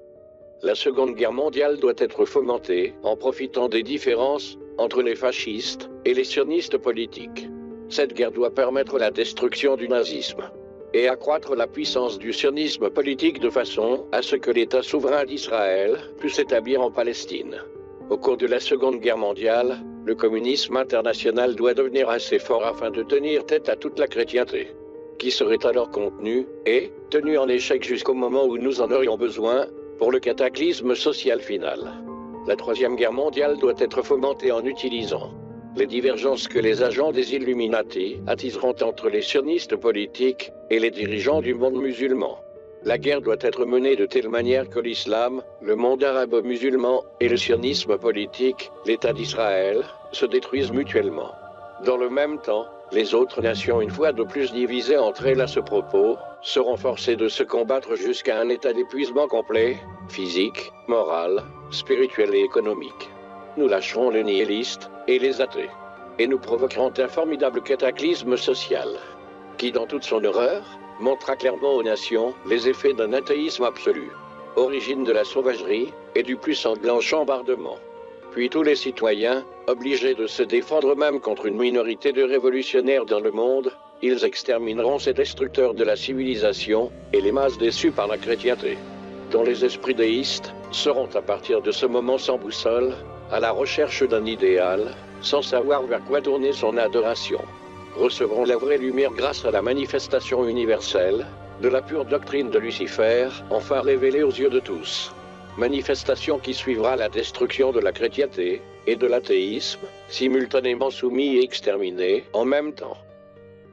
Speaker 12: La Seconde Guerre mondiale doit être fomentée en profitant des différences entre les fascistes et les sionistes politiques. Cette guerre doit permettre la destruction du nazisme et accroître la puissance du sionisme politique de façon à ce que l'État souverain d'Israël puisse s'établir en Palestine. Au cours de la Seconde Guerre mondiale, le communisme international doit devenir assez fort afin de tenir tête à toute la chrétienté, qui serait alors contenue et tenue en échec jusqu'au moment où nous en aurions besoin pour le cataclysme social final. La Troisième Guerre mondiale doit être fomentée en utilisant les divergences que les agents des Illuminati attiseront entre les sionistes politiques et les dirigeants du monde musulman. La guerre doit être menée de telle manière que l'islam, le monde arabo-musulman et le sionisme politique, l'État d'Israël, se détruisent mutuellement. Dans le même temps, les autres nations, une fois de plus divisées entre elles à ce propos, seront forcées de se combattre jusqu'à un état d'épuisement complet, physique, moral, spirituel et économique. Nous lâcherons les nihilistes et les athées, et nous provoquerons un formidable cataclysme social, qui, dans toute son horreur, montrera clairement aux nations les effets d'un athéisme absolu, origine de la sauvagerie et du plus sanglant chambardement. Puis tous les citoyens, obligés de se défendre même contre une minorité de révolutionnaires dans le monde, ils extermineront ces destructeurs de la civilisation et les masses déçues par la chrétienté, dont les esprits déistes seront à partir de ce moment sans boussole, à la recherche d'un idéal, sans savoir vers quoi tourner son adoration, recevront la vraie lumière grâce à la manifestation universelle de la pure doctrine de Lucifer, enfin révélée aux yeux de tous. Manifestation qui suivra la destruction de la chrétienté et de l'athéisme, simultanément soumis et exterminés en même temps.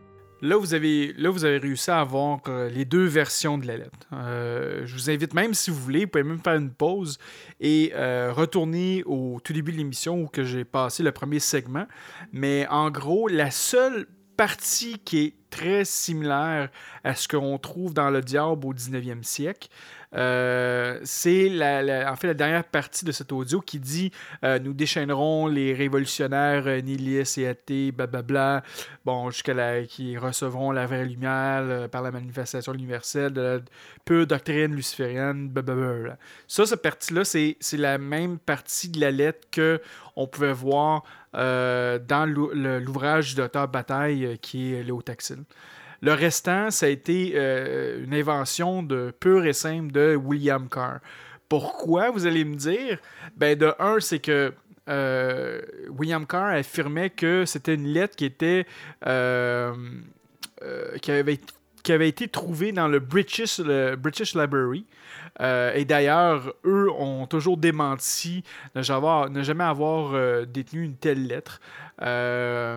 Speaker 1: Là vous, avez, là, vous avez réussi à avoir euh, les deux versions de la lettre. Euh, je vous invite, même si vous voulez, vous pouvez même faire une pause et euh, retourner au tout début de l'émission où que j'ai passé le premier segment. Mais en gros, la seule partie qui est très similaire à ce qu'on trouve dans Le Diable au dix-neuvième siècle, Euh, c'est la, la, en fait la dernière partie de cet audio qui dit euh, nous déchaînerons les révolutionnaires euh, nihilistes et athées, blablabla, bon, jusqu'à la, qui recevront la vraie lumière euh, par la manifestation universelle de la pure doctrine luciférienne, blablabla. Ça, cette partie-là, c'est, c'est la même partie de la lettre qu'on pouvait voir euh, dans l'ouvrage du docteur Bataille euh, qui est Léotaxile. Le restant, ça a été euh, une invention de pure et simple de William Carr. Pourquoi, vous allez me dire? Ben, de un, c'est que euh, William Carr affirmait que c'était une lettre qui était euh, euh, qui, avait, qui avait été trouvée dans le British, le British Library. Euh, et d'ailleurs, eux ont toujours démenti ne jamais, ne jamais avoir euh, détenu une telle lettre. Euh,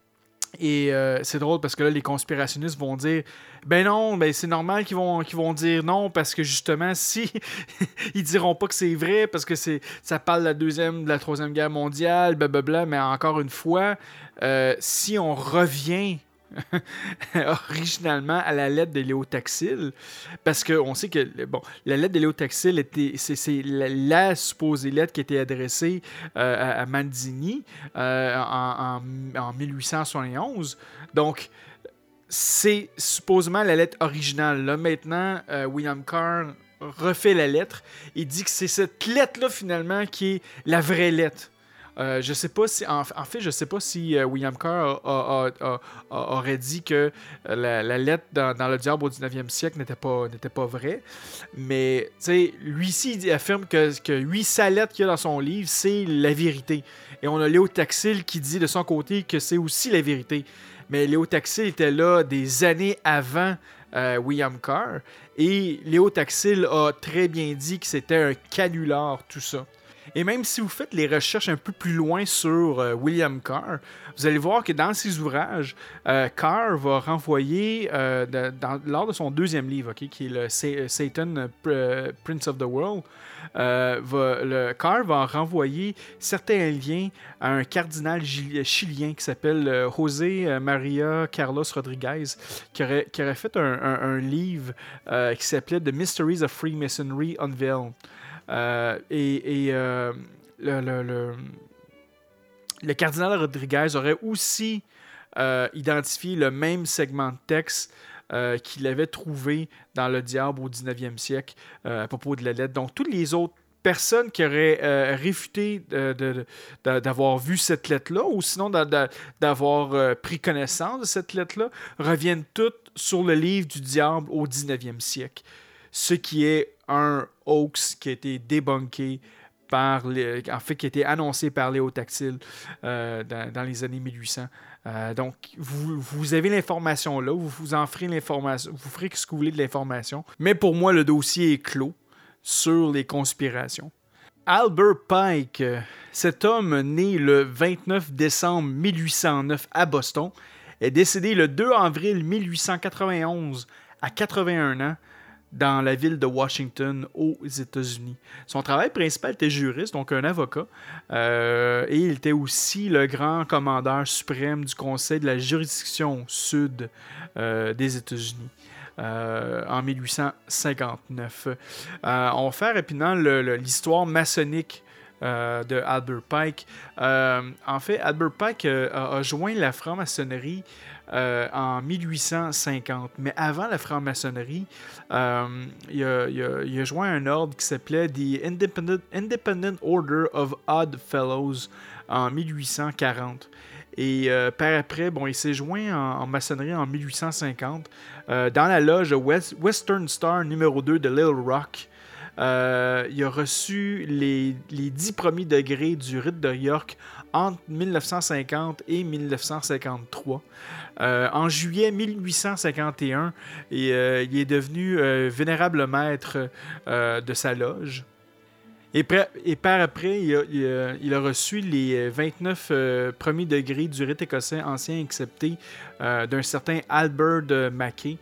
Speaker 1: Et euh, c'est drôle parce que là, les conspirationnistes vont dire ben non, ben c'est normal qu'ils vont, qu'ils vont dire non parce que justement, si ils diront pas que c'est vrai parce que c'est, ça parle de la deuxième, de la troisième guerre mondiale, blablabla. Mais encore une fois, euh, si on revient originalement à la lettre de Léotaxile, parce qu'on sait que bon, la lettre de Léotaxile était, c'est, c'est la, la supposée lettre qui était adressée euh, à, à Mandini euh, en, en, en mille huit cent soixante et onze. Donc, c'est supposément la lettre originale. Là, maintenant, euh, William Carr refait la lettre et dit que c'est cette lettre-là, finalement, qui est la vraie lettre. Euh, je sais pas si, en, en fait, je sais pas si euh, William Carr a, a, a, a, aurait dit que la, la lettre dans, dans Le Diable au dix-neuvième siècle n'était pas, n'était pas vraie. Mais, tu sais, lui-ci, il affirme que, que huit cents lettres qu'il y a dans son livre, c'est la vérité. Et on a Léotaxile qui dit de son côté que c'est aussi la vérité. Mais Léotaxile était là des années avant euh, William Carr. Et Léotaxile a très bien dit que c'était un canular, tout ça. Et même si vous faites les recherches un peu plus loin sur euh, William Carr, vous allez voir que dans ses ouvrages, euh, Carr va renvoyer, euh, de, dans, lors de son deuxième livre, okay, qui est le Sa- Satan, uh, Prince of the World, euh, va, le, Carr va renvoyer certains liens à un cardinal gil- chilien qui s'appelle euh, José Maria Carlos Rodriguez, qui aurait, qui aurait fait un, un, un livre euh, qui s'appelait The Mysteries of Freemasonry Unveiled. Euh, et et euh, le, le, le, le cardinal Rodriguez aurait aussi euh, identifié le même segment de texte euh, qu'il avait trouvé dans Le Diable au dix-neuvième siècle euh, à propos de la lettre. Donc, toutes les autres personnes qui auraient euh, réfuté de, de, de, d'avoir vu cette lettre-là ou sinon de, de, d'avoir euh, pris connaissance de cette lettre-là reviennent toutes sur le livre du Diable au dix-neuvième siècle. Ce qui est un hoax qui a été débunké par les, en fait qui a été annoncé par Léotaxile euh, dans, dans les années mille huit cents. Euh, donc vous, vous avez l'information là, vous vous en ferez l'information, vous ferez ce que vous voulez de l'information. Mais pour moi le dossier est clos sur les conspirations. Albert Pike, cet homme né le vingt-neuf décembre mille huit cent neuf à Boston, est décédé le deux avril mille huit cent quatre-vingt-onze à quatre-vingt-un ans dans la ville de Washington, aux États-Unis. Son travail principal était juriste, donc un avocat, euh, et il était aussi le grand commandeur suprême du Conseil de la juridiction sud euh, des États-Unis. Euh, en mille huit cent cinquante-neuf. Euh, on va faire rapidement le, le, l'histoire maçonnique euh, de Albert Pike. Euh, en fait, Albert Pike euh, a, a joint la franc-maçonnerie euh, en mille huit cent cinquante. Mais avant la franc-maçonnerie, euh, il, a, il, a, il a joint un ordre qui s'appelait The Independent, Independent Order of Odd Fellows en mille huit cent quarante. Et euh, par après, bon, il s'est joint en, en maçonnerie en mille huit cent cinquante euh, dans la loge West, Western Star numéro deux de Little Rock. Euh, il a reçu les, les dix premiers degrés du rite de York entre mille neuf cent cinquante et mille neuf cent cinquante-trois. Euh, en juillet mille huit cent cinquante et un, et, euh, il est devenu euh, vénérable maître euh, de sa loge. Et, pré- et par après, il a, il, a, il a reçu les vingt-neuf euh, premiers degrés du rite écossais ancien accepté euh, d'un certain Albert Mackay.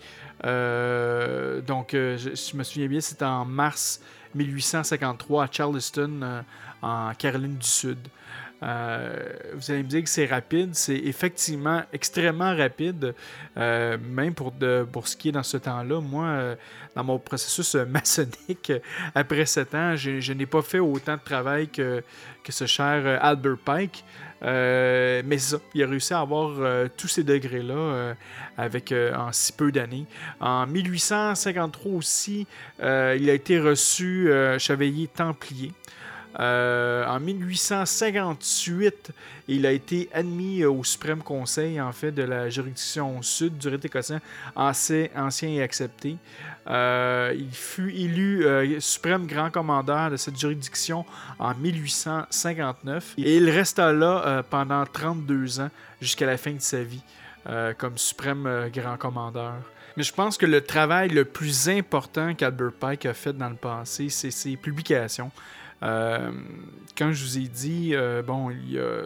Speaker 1: Euh, donc, euh, je, je me souviens bien, c'était en mars mille huit cent cinquante-trois à Charleston, euh, en Caroline du Sud. Euh, vous allez me dire que c'est rapide, c'est effectivement extrêmement rapide, euh, même pour, de, pour ce qui est dans ce temps-là. Moi, euh, dans mon processus maçonnique, après sept ans, je, je n'ai pas fait autant de travail que, que ce cher Albert Pike. Euh, mais c'est ça, il a réussi à avoir euh, tous ces degrés-là euh, avec, euh, en si peu d'années. En mille huit cent cinquante-trois aussi, euh, il a été reçu euh, chevalier templier. Euh, en mille huit cent cinquante-huit, il a été admis au Suprême Conseil en fait, de la juridiction sud du rite écossais ancien, ancien et accepté. Euh, il fut élu euh, suprême grand commandeur de cette juridiction en mille huit cent cinquante-neuf et il resta là euh, pendant trente-deux ans jusqu'à la fin de sa vie euh, comme suprême euh, grand commandeur. Mais je pense que le travail le plus important qu'Albert Pike a fait dans le passé, c'est ses publications. Euh, quand je vous ai dit, euh, bon, il, euh,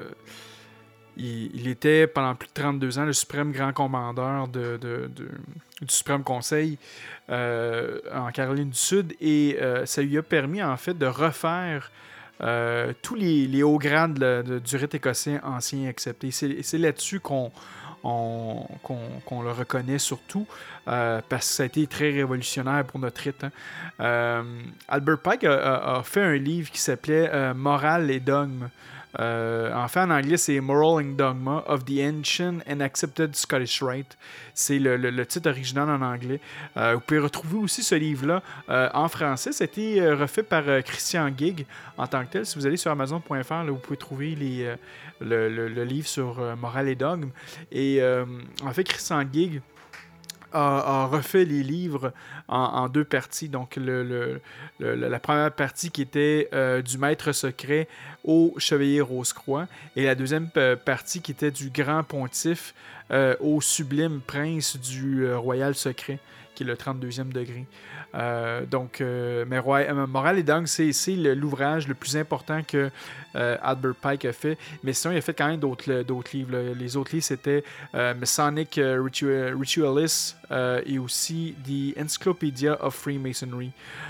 Speaker 1: il, il était pendant plus de trente-deux ans le suprême grand commandeur de, de, de, du Suprême Conseil euh, en Caroline du Sud et euh, ça lui a permis en fait de refaire euh, tous les, les hauts grades de, de, du rite écossais ancien accepté. C'est, c'est là-dessus qu'on On, qu'on, qu'on le reconnaît surtout euh, parce que ça a été très révolutionnaire pour notre rite. Hein. Euh, Albert Pike a, a, a fait un livre qui s'appelait euh, Morale et dogme. Euh, en fait, en anglais, c'est Moral and Dogma of the Ancient and Accepted Scottish Rite. C'est le, le, le titre original en anglais. Euh, vous pouvez retrouver aussi ce livre-là euh, en français. Ça a été euh, refait par euh, Christian Gig en tant que tel. Si vous allez sur amazon point f r, là, vous pouvez trouver les, euh, le, le, le livre sur euh, Morale et dogme. Et euh, en fait, Christian Gig a, a refait les livres en, en deux parties. Donc, le, le, le, la première partie qui était euh, du maître secret au chevalier Rose-Croix et la deuxième p- partie qui était du grand pontife euh, au sublime prince du euh, royal secret, qui est le trente-deuxième degré. Euh, donc, euh, mais Roy, euh, Morale et dogme, c'est, c'est le, l'ouvrage le plus important que euh, Albert Pike a fait. Mais sinon, il a fait quand même d'autres, d'autres livres. Là. Les autres livres, c'était euh, Masonic Ritu- Ritualists euh, et aussi The Encyclopedia of Freemasonry.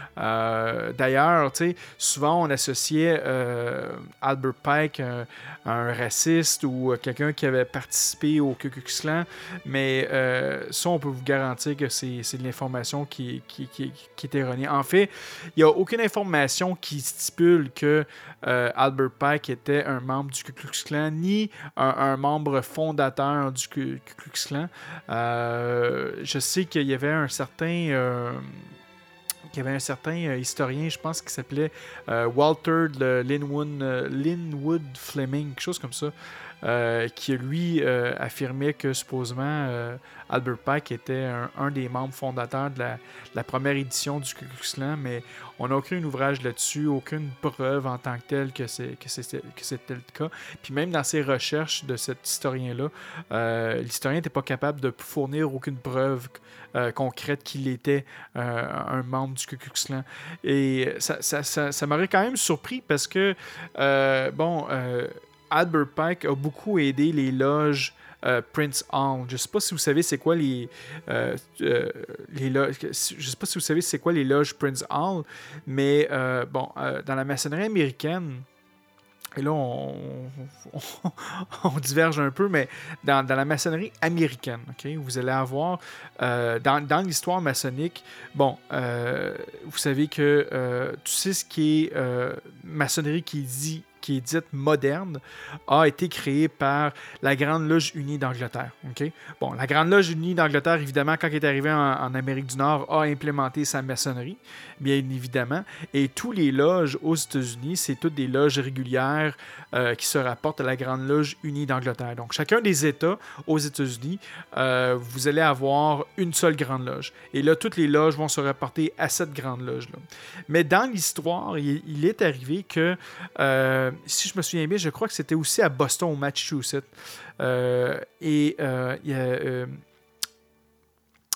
Speaker 1: Euh, d'ailleurs, tu sais, souvent on associait euh, Albert Pike à, à un raciste ou à quelqu'un qui avait participé au Ku Klux Klan, mais euh, ça, on peut vous garantir que c'est, c'est de l'information qui, qui, qui, qui est erronée. En fait, il n'y a aucune information qui stipule que euh, Albert Pike était un membre du Ku Klux Klan, ni un, un membre fondateur du Ku Klux Klan. Euh, je sais qu'il y avait un certain... Euh, qu'il y avait un certain euh, historien, je pense, qui s'appelait euh, Walter de Linwood, euh, Linwood Fleming, quelque chose comme ça, euh, qui lui euh, affirmait que supposément euh, Albert Pike était un, un des membres fondateurs de la, de la première édition du Ku Klux Klan, mais on n'a aucun ouvrage là-dessus, aucune preuve en tant que telle que, c'est, que, c'est, que c'était le cas. Puis même dans ses recherches de cet historien-là, euh, l'historien n'était pas capable de fournir aucune preuve euh, concrète qu'il était euh, un membre du Ku Klux Klan. Et ça, ça, ça, ça m'aurait quand même surpris parce que, euh, bon, euh, Albert Pike a beaucoup aidé les loges Euh, Prince Hall. Je sais pas si vous savez c'est quoi les, euh, euh, les loges. Je sais pas si vous savez c'est quoi les loges Prince Hall, mais euh, bon, euh, dans la maçonnerie américaine, et là on, on, on diverge un peu, mais dans, dans la maçonnerie américaine, okay, vous allez avoir euh, dans, dans l'histoire maçonnique, bon, euh, vous savez que euh, tout ce qui est euh, maçonnerie qui dit qui est dite moderne, a été créée par la Grande Loge Unie d'Angleterre. Okay? Bon, la Grande Loge Unie d'Angleterre, évidemment, quand elle est arrivée en, en Amérique du Nord, a implémenté sa maçonnerie, bien évidemment, et tous les loges aux États-Unis, c'est toutes des loges régulières euh, qui se rapportent à la Grande Loge Unie d'Angleterre. Donc, chacun des États aux États-Unis, euh, vous allez avoir une seule Grande Loge. Et là, toutes les loges vont se rapporter à cette Grande Loge-là. Mais dans l'histoire, il, il est arrivé que euh, si je me souviens bien, je crois que c'était aussi à Boston, au Massachusetts. Euh, et euh, il y a, euh,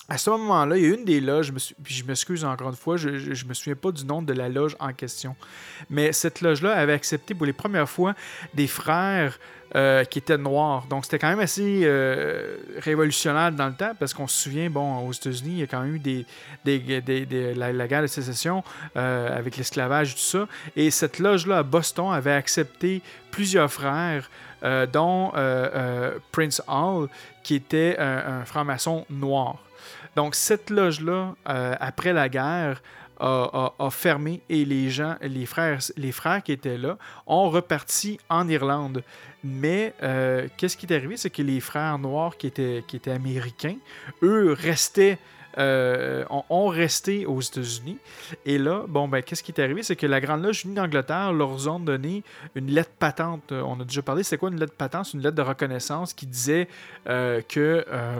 Speaker 1: à ce moment-là, il y a une des loges, je me suis, puis je m'excuse encore une fois, je ne me souviens pas du nom de la loge en question, mais cette loge-là avait accepté pour les premières fois des frères euh, qui étaient noirs. Donc, c'était quand même assez euh, révolutionnaire dans le temps, parce qu'on se souvient, bon, aux États-Unis, il y a quand même eu des, des, des, des, des, la, la guerre de sécession euh, avec l'esclavage et tout ça. Et cette loge-là à Boston avait accepté plusieurs frères, euh, dont euh, euh, Prince Hall, qui était un, un franc-maçon noir. Donc, cette loge-là, euh, après la guerre, a, a, a fermé et les gens, les frères, les frères qui étaient là ont reparti en Irlande. Mais euh, qu'est-ce qui est arrivé? C'est que les frères noirs qui étaient, qui étaient américains, eux, restaient, euh, ont, ont resté aux États-Unis. Et là, bon, ben, qu'est-ce qui est arrivé? C'est que la Grande Loge unie d'Angleterre leur a donné une lettre patente. On a déjà parlé, c'est quoi une lettre patente? C'est une lettre de reconnaissance qui disait euh, que... Euh,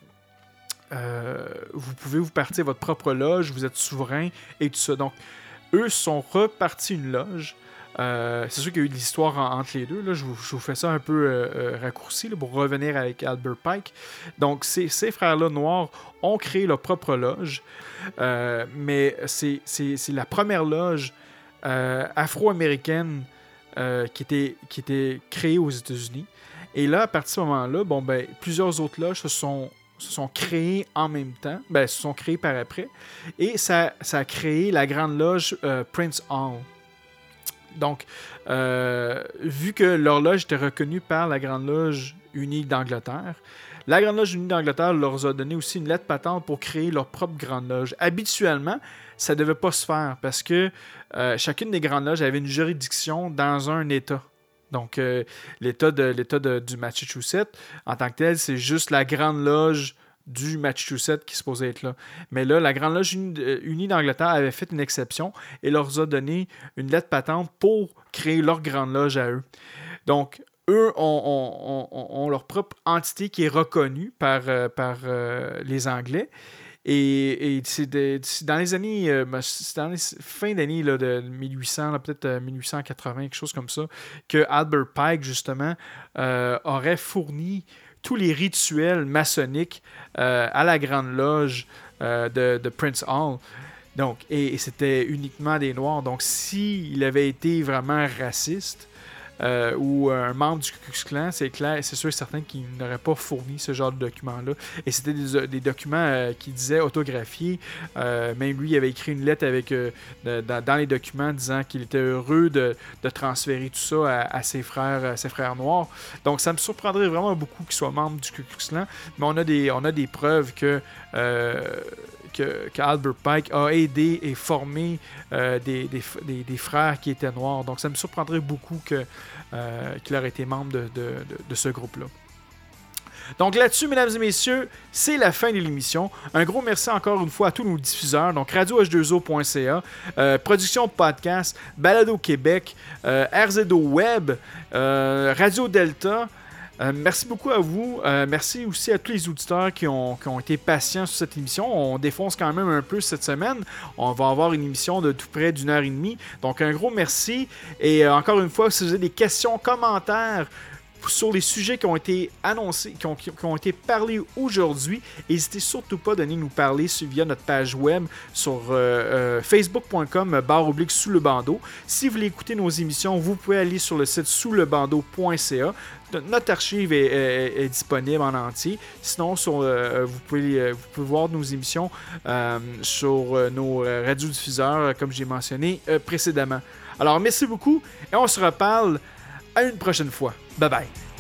Speaker 1: Euh, vous pouvez vous partir votre propre loge, vous êtes souverain et tout ça. Donc, eux sont repartis une loge. Euh, c'est sûr qu'il y a eu de l'histoire en, entre les deux. Là. Je, vous, je vous fais ça un peu euh, euh, raccourci là, pour revenir avec Albert Pike. Donc, ces, ces frères-là noirs ont créé leur propre loge. Euh, mais c'est, c'est, c'est la première loge euh, afro-américaine euh, qui, était, qui était créée aux États-Unis. Et là, à partir de ce moment-là, bon, ben, plusieurs autres loges se sont se sont créés en même temps, ben, se sont créés par après, et ça, ça a créé la Grande Loge euh, Prince Hall. Donc, euh, vu que leur loge était reconnue par la Grande Loge unie d'Angleterre, la Grande Loge unie d'Angleterre leur a donné aussi une lettre patente pour créer leur propre Grande Loge. Habituellement, ça ne devait pas se faire parce que euh, chacune des Grandes Loges avait une juridiction dans un État. Donc, euh, l'État, de, l'État de, du Massachusetts, en tant que tel, c'est juste la Grande Loge du Massachusetts qui est supposée être là. Mais là, la Grande Loge unie, unie d'Angleterre avait fait une exception et leur a donné une lettre patente pour créer leur Grande Loge à eux. Donc, eux ont, ont, ont, ont leur propre entité qui est reconnue par, euh, par euh, les Anglais. Et, et c'est, de, c'est dans les années, euh, c'est dans les fins d'année là, de mille huit cents, là, peut-être euh, mille huit cent quatre-vingts, quelque chose comme ça, que Albert Pike, justement, euh, aurait fourni tous les rituels maçonniques euh, à la Grande Loge euh, de, de Prince Hall. Donc, et, et c'était uniquement des Noirs. Donc, s'il avait été vraiment raciste, Euh, ou un membre du Ku Klux Klan, c'est clair, c'est sûr et certain qu'il n'aurait pas fourni ce genre de documents-là. Et c'était des, des documents euh, qui disaient autographiés. Euh, même lui, il avait écrit une lettre avec, euh, de, dans, dans les documents disant qu'il était heureux de, de transférer tout ça à, à, ses frères, à ses frères noirs. Donc, ça me surprendrait vraiment beaucoup qu'il soit membre du Ku Klux Klan. Mais on a des, on a des preuves que... Euh, Que, qu'Albert Pike a aidé et formé euh, des, des, des, des frères qui étaient noirs. Donc, ça me surprendrait beaucoup que, euh, qu'il aurait été membre de, de, de, de ce groupe-là. Donc là-dessus, mesdames et messieurs, c'est la fin de l'émission. Un gros merci encore une fois à tous nos diffuseurs. Donc radio h deux o point c a, euh, Production Podcast, Balado Québec, euh, R Z O Web, euh, Radio Delta. Euh, merci beaucoup à vous. Euh, merci aussi à tous les auditeurs qui ont, qui ont été patients sur cette émission. On défonce quand même un peu cette semaine. On va avoir une émission de tout près d'une heure et demie. Donc, un gros merci. Et euh, encore une fois, si vous avez des questions, commentaires sur les sujets qui ont été annoncés, qui ont, qui ont été parlés aujourd'hui, n'hésitez surtout pas à venir nous parler via notre page web sur euh, euh, facebook point com barre oblique sous le bandeau. Si vous voulez écouter nos émissions, vous pouvez aller sur le site sous le bandeau point c a. Notre archive est, est, est disponible en entier. Sinon, sur, euh, vous, pouvez, vous pouvez voir nos émissions euh, sur euh, nos radiodiffuseurs, euh, comme j'ai mentionné euh, précédemment. Alors, merci beaucoup et on se reparle à une prochaine fois. Bye bye.